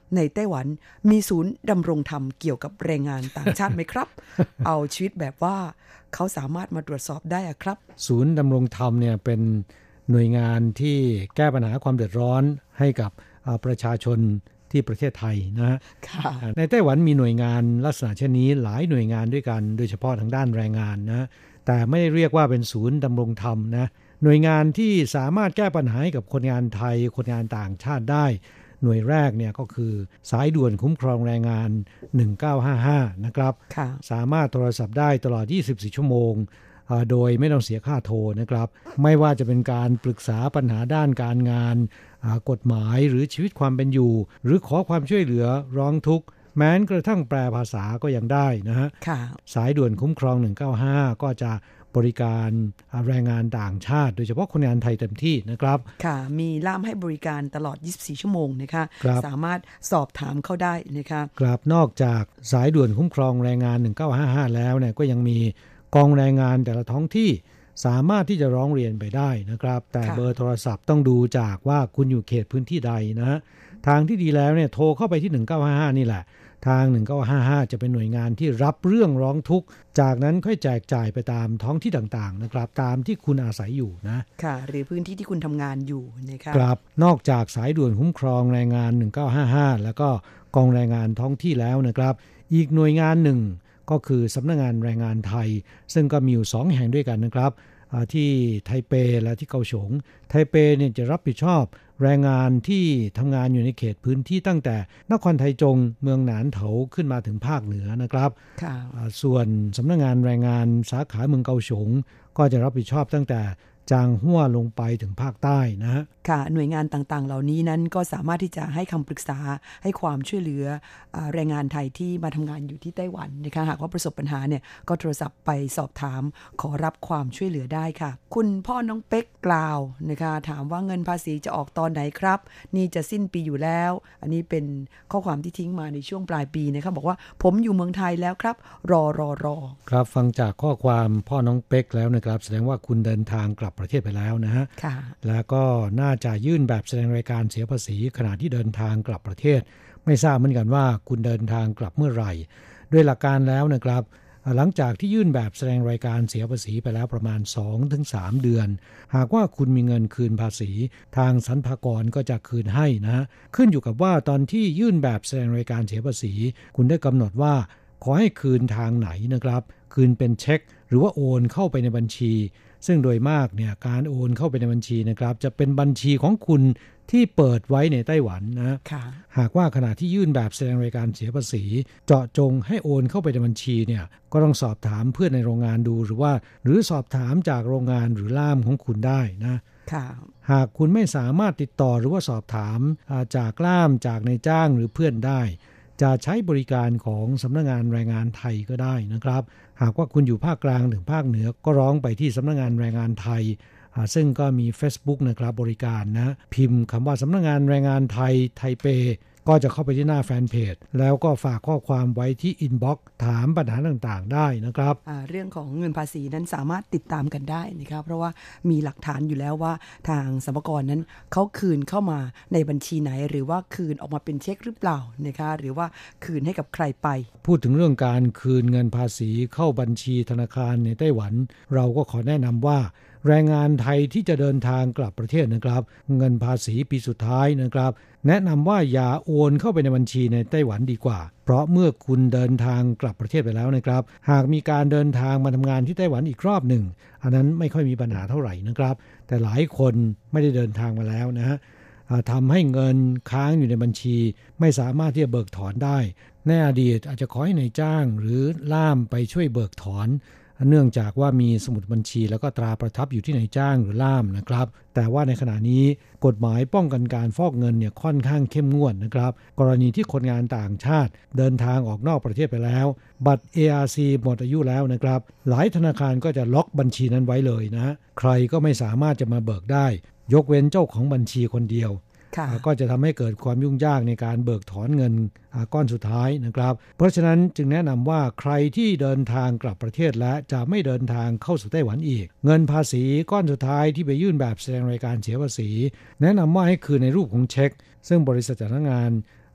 ในไต้หวันมีศูนย์ดำรงธรรมเกี่ยวกับแรงงานต่างชาติไหมครับ เอาชีวิตแบบว่าเขาสามารถมาตรวจสอบได้อะครับศูนย์ดำรงธรรมเนี่ยเป็นหน่วยงานที่แก้ปัญหาความเดือดร้อนให้กับประชาชนที่ประเทศไทยนะฮะในไต้หวันมีหน่วยงานลักษณะเช่นนี้หลายหน่วยงานด้วยกันโดยเฉพาะทางด้านแรงงานนะแต่ไม่ได้เรียกว่าเป็นศูนย์ดำรงธรรมนะหน่วยงานที่สามารถแก้ปัญหาให้กับคนงานไทยคนงานต่างชาติได้หน่วยแรกเนี่ยก็คือสายด่วนคุ้มครองแรงงานหนึ่งเก้าห้าห้านะครับสามารถโทรศัพท์ได้ตลอดยี่สิบสี่ชั่วโมงโดยไม่ต้องเสียค่าโทรนะครับไม่ว่าจะเป็นการปรึกษาปัญหาด้านการงานกฎหมายหรือชีวิตความเป็นอยู่หรือขอความช่วยเหลือร้องทุกข์แม้กระทั่งแปลภาษาก็ยังได้นะฮะสายด่วนคุ้มครองหนึ่งเก้าห้าก็จะบริการแรงงานต่างชาติโดยเฉพาะคนงานไทยเต็มที่นะครับค่ะมีล่ามให้บริการตลอดยี่สิบสี่ชั่วโมงนะคะสามารถสอบถามเข้าได้นะคะครับนอกจากสายด่วนคุ้มครองแรงงานหนึ่งเก้าห้าห้าแล้วเนี่ยก็ยังมีกองแรงงานแต่ละท้องที่สามารถที่จะร้องเรียนไปได้นะครับแต่เบอร์โทรศัพท์ต้องดูจากว่าคุณอยู่เขตพื้นที่ใดนะฮะทางที่ดีแล้วเนี่ยโทรเข้าไปที่หนึ่งเก้าห้าห้านี่แหละทางหนึ่งเก้าห้าห้าจะเป็นหน่วยงานที่รับเรื่องร้องทุกข์จากนั้นค่อยแจกจ่ายไปตามท้องที่ต่างๆนะครับตามที่คุณอาศัยอยู่นะค่ะหรือพื้นที่ที่คุณทำงานอยู่นะคะครับนอกจากสายด่วนคุ้มครองแรงงานหนึ่งเก้าห้าห้าแล้วก็กองแรงงานท้องที่แล้วนะครับอีกหน่วยงานหนึ่งก็คือสำนักงานแรงงานไทยซึ่งก็มีอยู่สองแห่งด้วยกันนะครับที่ไทเปและที่เกาฉงไทเปเนี่ยจะรับผิดชอบแรงงานที่ทำงานอยู่ในเขตพื้นที่ตั้งแต่นครไทจงเมืองหนานเถาขึ้นมาถึงภาคเหนือนะครับส่วนสำนักงานแรงงานสาขาเมืองเกาฉงก็จะรับผิดชอบตั้งแต่จางฮั่วลงไปถึงภาคใต้นะฮะค่ะหน่วยงานต่างๆเหล่านี้นั้นก็สามารถที่จะให้คำปรึกษาให้ความช่วยเหลือแรงงานไทยที่มาทำงานอยู่ที่ไต้หวันนะคะหากว่าประสบปัญหาเนี่ยก็โทรศัพท์ไปสอบถามขอรับความช่วยเหลือได้ค่ะคุณพ่อน้องเป๊กกล่าวนะคะถามว่าเงินภาษีจะออกตอนไหนครับนี่จะสิ้นปีอยู่แล้วอันนี้เป็นข้อความที่ทิ้งมาในช่วงปลายปีนะคะบอกว่าผมอยู่เมืองไทยแล้วครับรอรอรอครับฟังจากข้อความพ่อน้องเป๊กแล้วนะครับแสดงว่าคุณเดินทางกลับประเทศไปแล้วนะฮะแล้วก็น่าจะยื่นแบบแสดงรายการเสียภาษีขณะที่เดินทางกลับประเทศไม่ทราบเหมือนกันว่าคุณเดินทางกลับเมื่อไหร่ด้วยหลักการแล้วนะครับหลังจากที่ยื่นแบบแสดงรายการเสียภาษีไปแล้วประมาณ สองถึงสาม เดือนหากว่าคุณมีเงินคืนภาษีทางสรรพากรก็จะคืนให้นะขึ้นอยู่กับว่าตอนที่ยื่นแบบแสดงรายการเสียภาษีคุณได้กำหนดว่าขอให้คืนทางไหนนะครับคืนเป็นเช็คหรือว่าโอนเข้าไปในบัญชีซึ่งโดยมากเนี่ยการโอนเข้าไปในบัญชีนะครับจะเป็นบัญชีของคุณที่เปิดไว้ในไต้หวันนะหากว่าขณะที่ยื่นแบบแสดงรายการเสียภาษีเจาะจงให้โอนเข้าไปในบัญชีเนี่ยก็ต้องสอบถามเพื่อนในโรงงานดูหรือว่าหรือสอบถามจากโรงงานหรือล่ามของคุณได้นะหากคุณไม่สามารถติดต่อหรือว่าสอบถามจากล่ามจากนายจ้างหรือเพื่อนได้จะใช้บริการของสำนักงานแรงงานไทยก็ได้นะครับหากว่าคุณอยู่ภาคกลางถึงภาคเหนือก็ร้องไปที่สำนักงานแรงงานไทยซึ่งก็มี Facebook นะครับบริการนะพิมพ์คำว่าสำนักงานแรงงานไทยไทเปก็จะเข้าไปที่หน้าแฟนเพจแล้วก็ฝากข้อความไว้ที่อินบ็อกซ์ถามปัญหาต่างๆได้นะครับเรื่องของเงินภาษีนั้นสามารถติดตามกันได้นะครับเพราะว่ามีหลักฐานอยู่แล้วว่าทางสรรพากรนั้นเขาคืนเข้ามาในบัญชีไหนหรือว่าคืนออกมาเป็นเช็คหรือเปล่านะคะหรือว่าคืนให้กับใครไปพูดถึงเรื่องการคืนเงินภาษีเข้าบัญชีธนาคารในไต้หวันเราก็ขอแนะนำว่าแรงงานไทยที่จะเดินทางกลับประเทศนะครับเงินภาษีปีสุดท้ายนะครับแนะนำว่าอย่าโอนเข้าไปในบัญชีในไต้หวันดีกว่าเพราะเมื่อคุณเดินทางกลับประเทศไปแล้วนะครับหากมีการเดินทางมาทำงานที่ไต้หวันอีกรอบหนึ่งอันนั้นไม่ค่อยมีปัญหาเท่าไหร่นะครับแต่หลายคนไม่ได้เดินทางมาแล้วนะฮะทำให้เงินค้างอยู่ในบัญชีไม่สามารถที่จะเบิกถอนได้ในอดีตอาจจะขอให้นายจ้างหรือล่ามไปช่วยเบิกถอนเนื่องจากว่ามีสมุดบัญชีแล้วก็ตราประทับอยู่ที่นายจ้างหรือล่ามนะครับแต่ว่าในขณะนี้กฎหมายป้องกันการฟอกเงินเนี่ยค่อนข้างเข้มงวดนะครับกรณีที่คนงานต่างชาติเดินทางออกนอกประเทศไปแล้วบัตร เอ อาร์ ซี หมดอายุแล้วนะครับหลายธนาคารก็จะล็อกบัญชีนั้นไว้เลยนะใครก็ไม่สามารถจะมาเบิกได้ยกเว้นเจ้าของบัญชีคนเดียวก็จะทำให้เกิดความยุ่งยากในการเบิกถอนเงินก้อนสุดท้ายนะครับเพราะฉะนั้นจึงแนะนำว่าใครที่เดินทางกลับประเทศและจะไม่เดินทางเข้าสู่ไต้หวันอีกเงินภาษีก้อนสุดท้ายที่ไปยื่นแบบแสดงรายการเสียภาษีแนะนำว่าให้คืนในรูปของเช็คซึ่งบริษัทจ้างงาน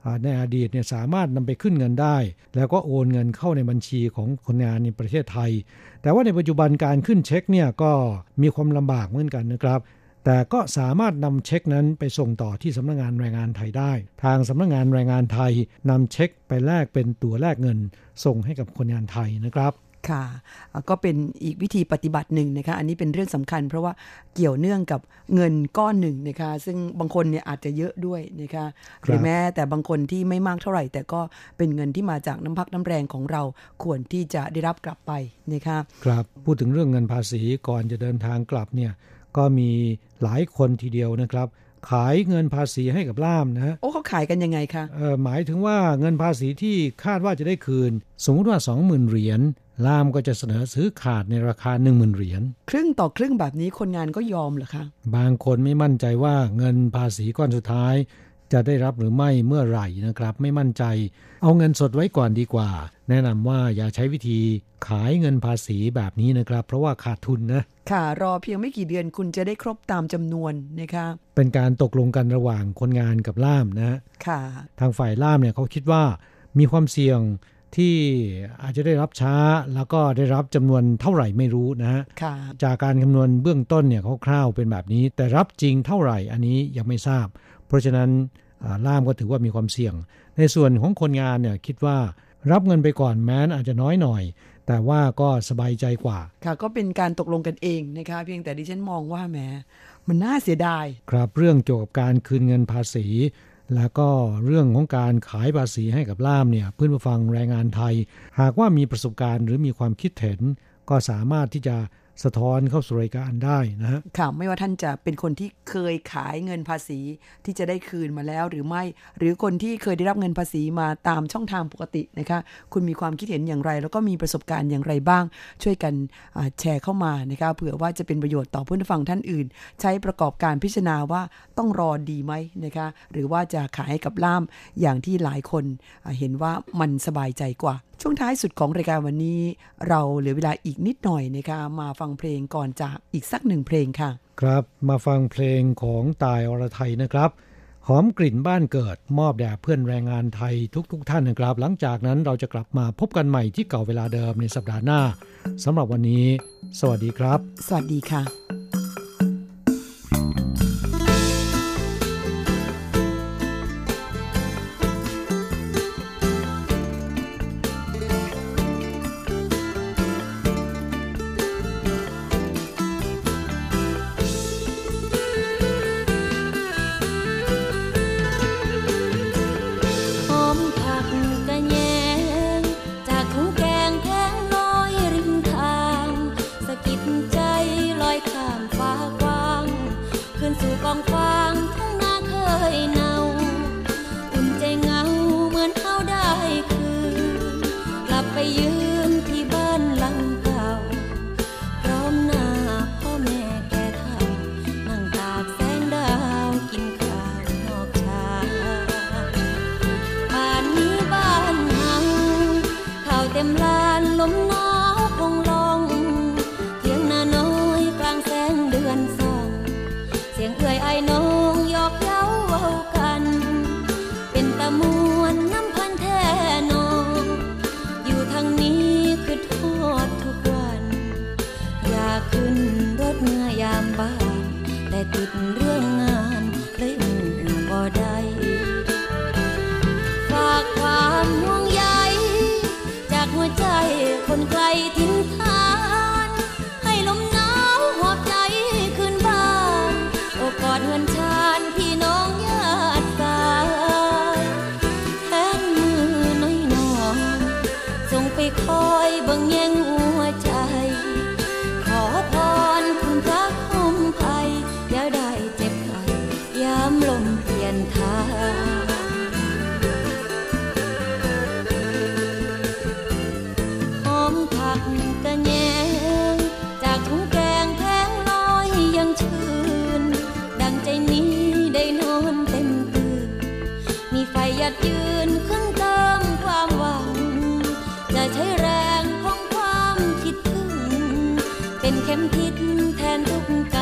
ในอดีตเนี่ยสามารถนำไปขึ้นเงินได้แล้วก็โอนเงินเข้าในบัญชีของคนงานในประเทศไทยแต่ว่าในปัจจุบันการขึ้นเช็คเนี่ยก็มีความลำบากเหมือนกันนะครับแต่ก็สามารถนำเช็คนั้นไปส่งต่อที่สำนักงานแรงงานไทยได้ทางสำนักงานแรงงานไทยนำเช็คไปแลกเป็นตั๋วแลกเงินส่งให้กับคนงานไทยนะครับค่ะก็เป็นอีกวิธีปฏิบัติหนึ่งนะคะอันนี้เป็นเรื่องสำคัญเพราะว่าเกี่ยวเนื่องกับเงินก้อนหนึ่งนะคะซึ่งบางคนเนี่ยอาจจะเยอะด้วยนะคะหรือแม้แต่บางคนที่ไม่มากเท่าไหร่แต่ก็เป็นเงินที่มาจากน้ำพักน้ำแรงของเราควรที่จะได้รับกลับไปนะคะครับพูดถึงเรื่องเงินภาษีก่อนจะเดินทางกลับเนี่ยก็มีหลายคนทีเดียวนะครับขายเงินภาษีให้กับล่ามนะฮะโอ้เขาขายกันยังไงคะเออหมายถึงว่าเงินภาษีที่คาดว่าจะได้คืนสมมติว่า สองหมื่น เหรียญล่ามก็จะเสนอซื้อขาดในราคา หนึ่งหมื่น เหรียญครึ่งต่อครึ่งแบบนี้คนงานก็ยอมเหรอคะบางคนไม่มั่นใจว่าเงินภาษีก้อนสุดท้ายจะได้รับหรือไม่เมื่อไหร่นะครับไม่มั่นใจเอาเงินสดไว้ก่อนดีกว่าแนะนำว่าอย่าใช้วิธีขายเงินภาษีแบบนี้นะครับเพราะว่าขาดทุนนะค่ะรอเพียงไม่กี่เดือนคุณจะได้ครบตามจำนวนนะคะเป็นการตกลงกันระหว่างคนงานกับล่ามนะค่ะทางฝ่ายล่ามเนี่ยเขาคิดว่ามีความเสี่ยงที่อาจจะได้รับช้าแล้วก็ได้รับจำนวนเท่าไหร่ไม่รู้นะฮะจากการคำนวณเบื้องต้นเนี่ยคร่าวๆเป็นแบบนี้แต่รับจริงเท่าไหร่อันนี้ยังไม่ทราบเพราะฉะนั้นล่ามก็ถือว่ามีความเสี่ยงในส่วนของคนงานเนี่ยคิดว่ารับเงินไปก่อนแม้นอาจจะน้อยหน่อยแต่ว่าก็สบายใจกว่าค่ะก็เป็นการตกลงกันเองนะคะเพียงแต่ดิฉันมองว่าแหมมันน่าเสียดายครับเรื่องเกี่ยวกับการคืนเงินภาษีแล้วก็เรื่องของการขายภาษีให้กับล่ามเนี่ยเพื่อนผู้ฟังแรงงานไทยหากว่ามีประสบการณ์หรือมีความคิดเห็นก็สามารถที่จะสะท้อนเข้าสู่รายการได้นะฮะค่ะไม่ว่าท่านจะเป็นคนที่เคยขายเงินภาษีที่จะได้คืนมาแล้วหรือไม่หรือคนที่เคยได้รับเงินภาษีมาตามช่องทางปกตินะคะคุณมีความคิดเห็นอย่างไรแล้วก็มีประสบการณ์อย่างไรบ้างช่วยกันแชร์เข้ามานะคะเผื่อว่าจะเป็นประโยชน์ต่อผู้ฟังท่านอื่นใช้ประกอบการพิจารณาว่าต้องรอดีไหมนะคะหรือว่าจะขายให้กับล่ามอย่างที่หลายคนเห็นว่ามันสบายใจกว่าช่วงท้ายสุดของรายการวันนี้เราเหลือเวลาอีกนิดหน่อยนะคะมาฟังเพลงก่อนจากอีกสักหนึ่งเพลงค่ะครับมาฟังเพลงของตายอรไทยนะครับหอมกลิ่นบ้านเกิดมอบแด่เพื่อนแรงงานไทยทุกๆ ท่านนะครับหลังจากนั้นเราจะกลับมาพบกันใหม่ที่เก่าเวลาเดิมในสัปดาห์หน้าสำหรับวันนี้สวัสดีครับสวัสดีค่ะ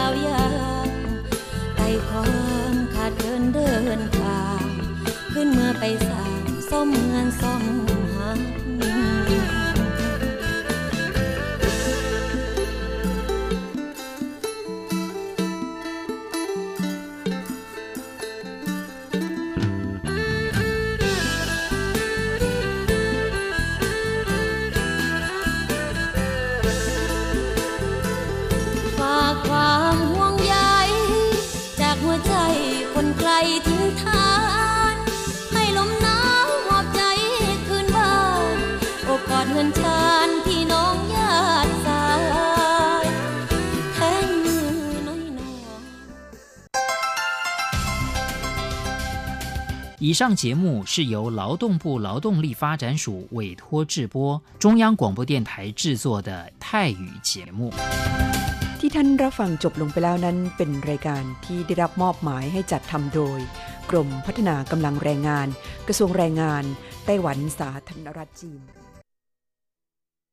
ขึ้นเมื่อไปสร้างซ่อมเงินซ่อมหาฝากความห่วงใยจากหัวใจคนไกลถึงทานให้ลมหนาวหอบใจคืนบ้านโอบกอดเงินชานพี่น้องญาติสายแทนมือน้อยน้อย以上节目是由劳动部劳动力发展署委托制播，中央广播电台制作的泰语节目。 ที่ท่านรับฟังจบลงไปแล้วนั้นเป็นรายการที่ได้รับมอบหมายให้จัดทำโดยกรมพัฒนากำลังแรงงานกระทรวงแรงงานไต้หวันสาธารณรัฐจีน